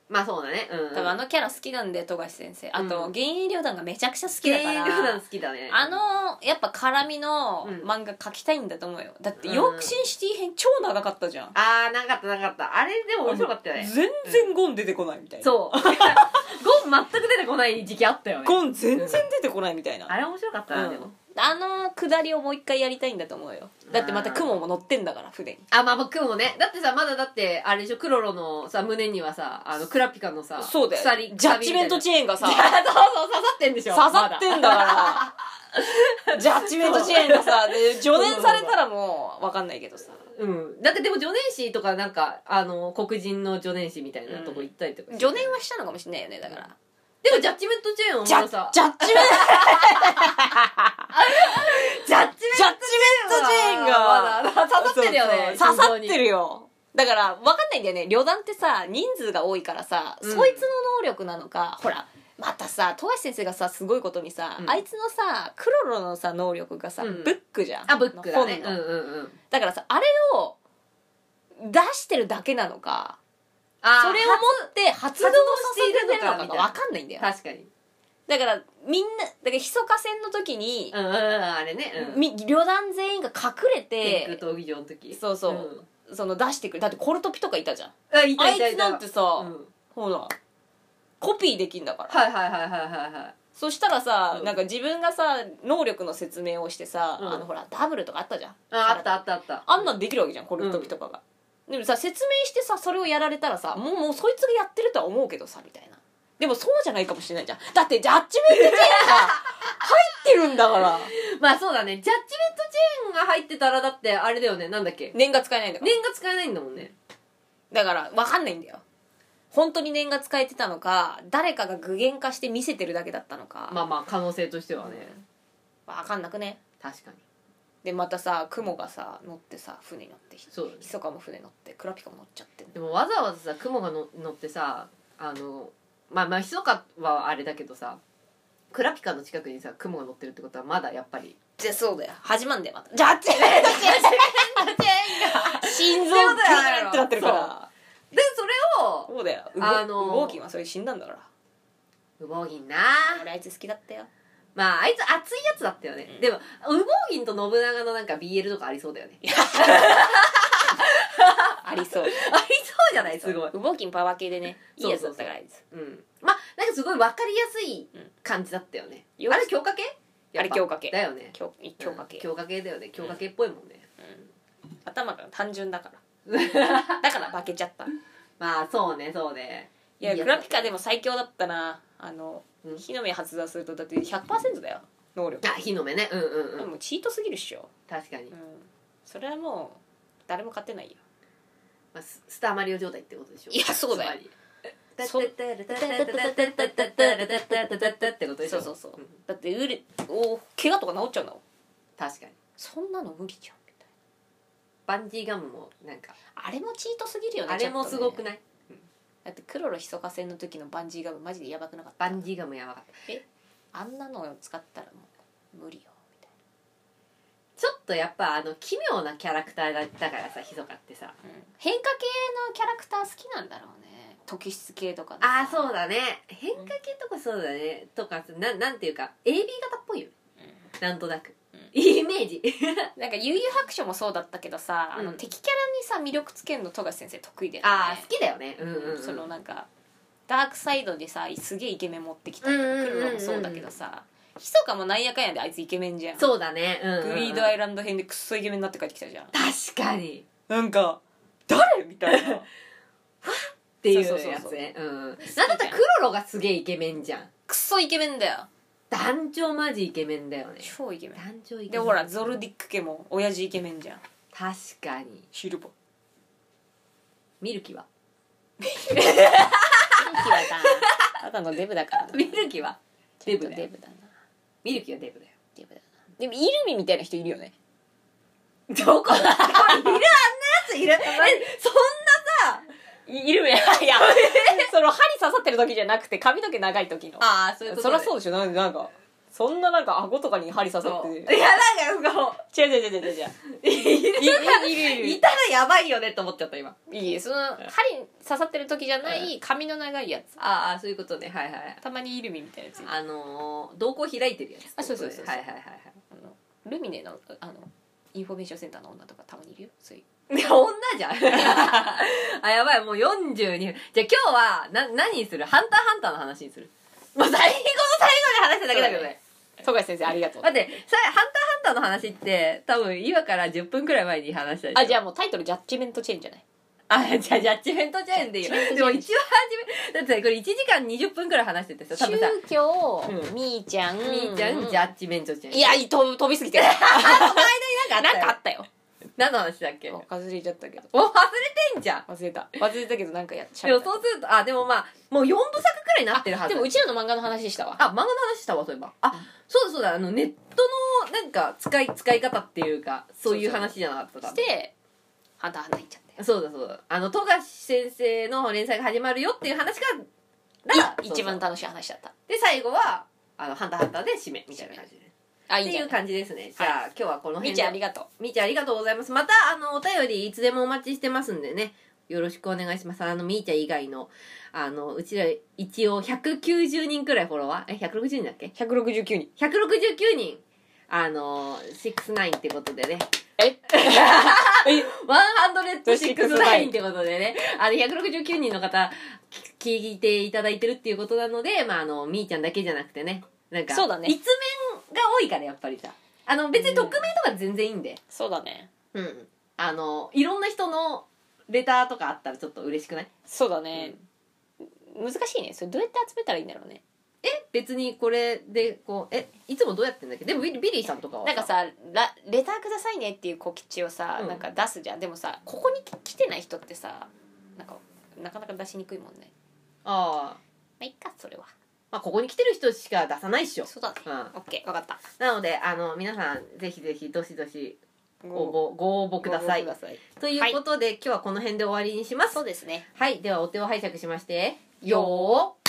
まあそうだね。うん、うん。 多分あのキャラ好きなんで富樫先生。あと、 うん幻影旅団がめちゃくちゃ好きだから。 幻影旅団好きだね。 あのやっぱ絡みの漫画描きたいんだと思うよ。だってヨークシンシティ編超長かったじゃん。 あー、なかったなかった。あれでも面白かったよね。 全然ゴン出てこないみたいな。 そう。ゴン全く出てこない時期あったよね。 ゴン全然出てこないみたいな。 あれ面白かったな、 うんでも。 あのくだりをもう一回やりたいんだと思うよ。だってまた雲も乗ってんだから船に。 あ、まあ僕もね。だってさ、まだだって、あれでしょ、クロロのさ、胸にはさ、あの、クラピカのさ、 そうだよ。 鎖、 ジャッジメントチェーンがさ、 そうそう、刺さってんでしょ。 刺さってんだからジャッジメントチェーンがさ、で除念されたらもう分かんないけどさ。 うん。だってでも除念師とかなんか、あの、黒人の除念師みたいなとこ行ったりとかして、 除念はしたのかもしれないよね、だから。 でもジャッジメントチェーンをまジャださ、 ジャッジメントジャッジジャッジメントチェーンがまだ刺さってるよね。 そうそう刺さってるよ。だから分かんないんだよね。旅団ってさ人数が多いからさ、 うんそいつの能力なのか、ほらまたさ富樫先生がさすごいことにさ、 うんあいつのさクロロのさ能力がさ、 うんブックじゃん。 あ、ブックだね。 本のうんうんうん。 だからさあれを出してるだけなのか、 あそれをもって発動させてるのかが分かんないんだよ。 確かに。 だからみんなだからひそか戦の時に、 うんうんうん、あれね。うん。 み旅団全員が隠れテックて、 闘技場の時。 そうそう、その出してくる。だってコルトピとかいたじゃん。 うん。あ、いたあいたいた。 いつなんてさ、 うん。 ほらコピーできんだから。 はいはいはいはいはいはい。 そしたらさ、 うんなんか自分がさ能力の説明をしてさ、 うんあのほらダブルとかあったじゃん。 あ、あったあったあった。 あんなんできるわけじゃんコルトピとかが、でもさ説明してさそれをやられたらさもうもうそいつがやってるとは思うけどさみたいな。でもそうじゃないかもしれないじゃん。だってジャッジメントチェーンが入ってるんだからまあそうだね。ジャッジメントチェーンが入ってたらだってあれだよね。なんだっけ。 念が使えないんだから。 念が使えないんだもんね。 だから分かんないんだよ。本当に念が使えてたのか誰かが具現化して見せてるだけだったのか、 まあまあ可能性としてはね。 分かんなくね。 確かに。 でまたさ雲がさ乗ってさ船に乗ってそうだねひそかも船乗ってクラピカも乗っちゃってんでもわざわざさ、雲がの乗ってさ、あの、まあまあ、ひそかはあれだけどさ、クラピカの近くにさ、雲が乗ってるってことはまだやっぱり。 じゃそうだよ始まんだよまたジャッジメントチェーン心臓グーってなってるからで、それを、 そうだよウボあのーウボウキンはそれ死んだんだからウボウギンな俺あいつ好きだったよ。 まあ、あいつ熱いやつだったよね。 うんでも、ウボウギンと信長のなんか ビーエル とかありそうだよね。 ありそうありそうじゃないすごい。 ウボウキンパワー系でねいいやつだったからあいつうん。まあ、なんかすごい分かりやすい感じだったよね。 うんあれ強化系あれ強化系だよね。 強強化系、 うん強化系だよね。強化系っぽいもんね。 うん頭が単純だからだから負けちゃった。いまあ、そうね、そうね。 やいいやつクラピカでも最強だったな。あの、 うん火の目発動するとだって ひゃくパーセント だよ能力。 あ、火の目ね。うんうんうん。 でもチートすぎるっしょ。 確かに。 うんそれはもう誰も勝てないよ。 まあ、ススターマリオ状態ってことでしょ。 いやそうだよそってことでしょ。 そうそうそう、 んだってうれお怪我とか治っちゃうんだもん。 確かに。 そんなの無理じゃんみたいバンジーガムもなんか、 な。あれもチートすぎるよね。 あれもすごくい。 ないだってクロロヒソカ戦の時のバンジーガムマジでやばくなかった。 バンジーガムやばかった。 あんなのを使ったらもう無理よみたいちょっとやっぱあの奇妙なキャラクターだったからさ、ひそかってさ。 な、うん、変化系のキャラクター好きなんだろうね。特質系とかでさああ、そうだね。変化系とかそうだね。とか、ななんていうか、エービー 型っぽいよね。なんとなく。イメージ。 なんか悠々白書もそうだったけどさ、あのうん敵キャラにさ魅力つけるの富樫先生得意だよね。 ああ、好きだよね。うんうんうん。 そのなんかダークサイドでさすげえイケメン持ってきたりとかうんうんうんうん来るのもそうだけどさ、ひそかもなんやかんやであいつイケメンじゃん。 そうだね。うんうんうん。 グリードアイランド編でクッソイケメンになって帰ってきたじゃん。 確かに。 なんか誰みたいなっていうそうそうそうそうやつね。うん。なんだったらクロロがすげえイケメンじゃん。 クッソイケメンだよ。 団長マジイケメンだよね。 超イケメン団長イケメン。 でほらゾルディック家も親父イケメンじゃん。 確かに。 シルバーミルキはミルキはさただのデブだからな。 ミルキはデブだよ。 デブだな。 ミルキはデブだよ。 デブだな。でもイルミみたいな人いるよね。 どこだいるあんなやついるえ、そんなさ、 いいるやん。いやその針刺さってる時じゃなくて髪の毛長い時の。 ああ、そういうことそりゃそうでしょ。なんかなんかそんななんか顎とかに針刺さってる。 いやなんかそう違う違う違う違う違う。 いるいるいるいる。 いたらやばいよねって思っちゃった今。 いいその針刺さってる時じゃない髪の長いやつ。 ああそういうことね。はいはい。 たまにイルミみたいなやつ。 あのー、瞳孔開いてるやつ。 あそうそうそうそう。 はいはいはいはい。 あのルミネのあのインフォメーションセンターの女とかたまにいるよ。そういう。 いや女じゃんあやばいもうよんじゅうにふん。じゃあ今日はな何にする？ハンターハンターの話にする。もう最後の最後で話しただけだけどね。 富樫先生ありがとう。 待ってさハンターハンターの話って多分今からじゅっぷんくらい前に話したでしょ。 あじゃあもうタイトルジャッジメントチェーンじゃない？ あじゃあジャッジメントチェーンでいいよ。でも一番初めだってさこれいちじかんにじゅっぷんくらい話しててさ多分さ宗教、 うんみーちゃんみーちゃんジャッジメントチェーン。 いやいと飛びすぎてるあの間になんかあったよ。 なんかあったよ。 何の話だっけ？ もう忘れちゃったけどもう忘れてんじゃん。 忘れた忘れたけどなんかやっちゃでもそうするとあでもまあもうよんぶさくくらいになってるはず。 でもうちらの漫画の話したわ。 あ漫画の話したわそういえば。あ、うん、そうだそうだあのネットのなんか使い使い方っていうかそういう話じゃなかったか。 してハンターハンター行っちゃってそうだそうだあの富樫先生の連載が始まるよっていう話から一番楽しい話だった。 で最後はあのハンターハンターで締めみたいな感じで。 あいいっていう感じですね。じゃあ、はい、今日はこの辺で。 みーちゃんありがとう。 みーちゃんありがとうございます。またあのお便りいつでもお待ちしてますんでね。よろしくお願いします。あのみーちゃん以外のあのうちら一応ひゃくきゅうじゅうにんくらいフォロワーえひゃくろくじゅうにんだっけ？ ひゃくろくじゅうきゅうにん。 ひゃくろくじゅうきゅうにんあのろくじゅうきゅうってことでね。 え？ ワンハンドレッドシックスナインってことでね。あのひゃくろくじゅうきゅうにんの方聞いていただいてるっていうことなので、まああのみーちゃんだけじゃなくてね。なんかそうだね。 一面が多いからやっぱりさ。あの別に匿名とか全然いいんで、うん、 そうだね。 うんあのいろんな人のレターとかあったらちょっと嬉しくない？ そうだね、うん、難しいね。それどうやって集めたらいいんだろうね。 え別にこれでこうえいつもどうやってんだっけ？でもビリ、ビリーさんとかはなんかさラレターくださいねっていう告知をさ、うん、なんか出すじゃん。でもさここに来てない人ってさなんかなかなか出しにくいもんね。 ああまあいっかそれは。 まあ、ここに来てる人しか出さないっしょ。 そうだね。うん、オッケー分かった。 なのであの皆さんぜひぜひどしどしご応募ご応募ください。 くださいということで、はい、今日はこの辺で終わりにします。 そうですね。 はいではお手を拝借しましてよー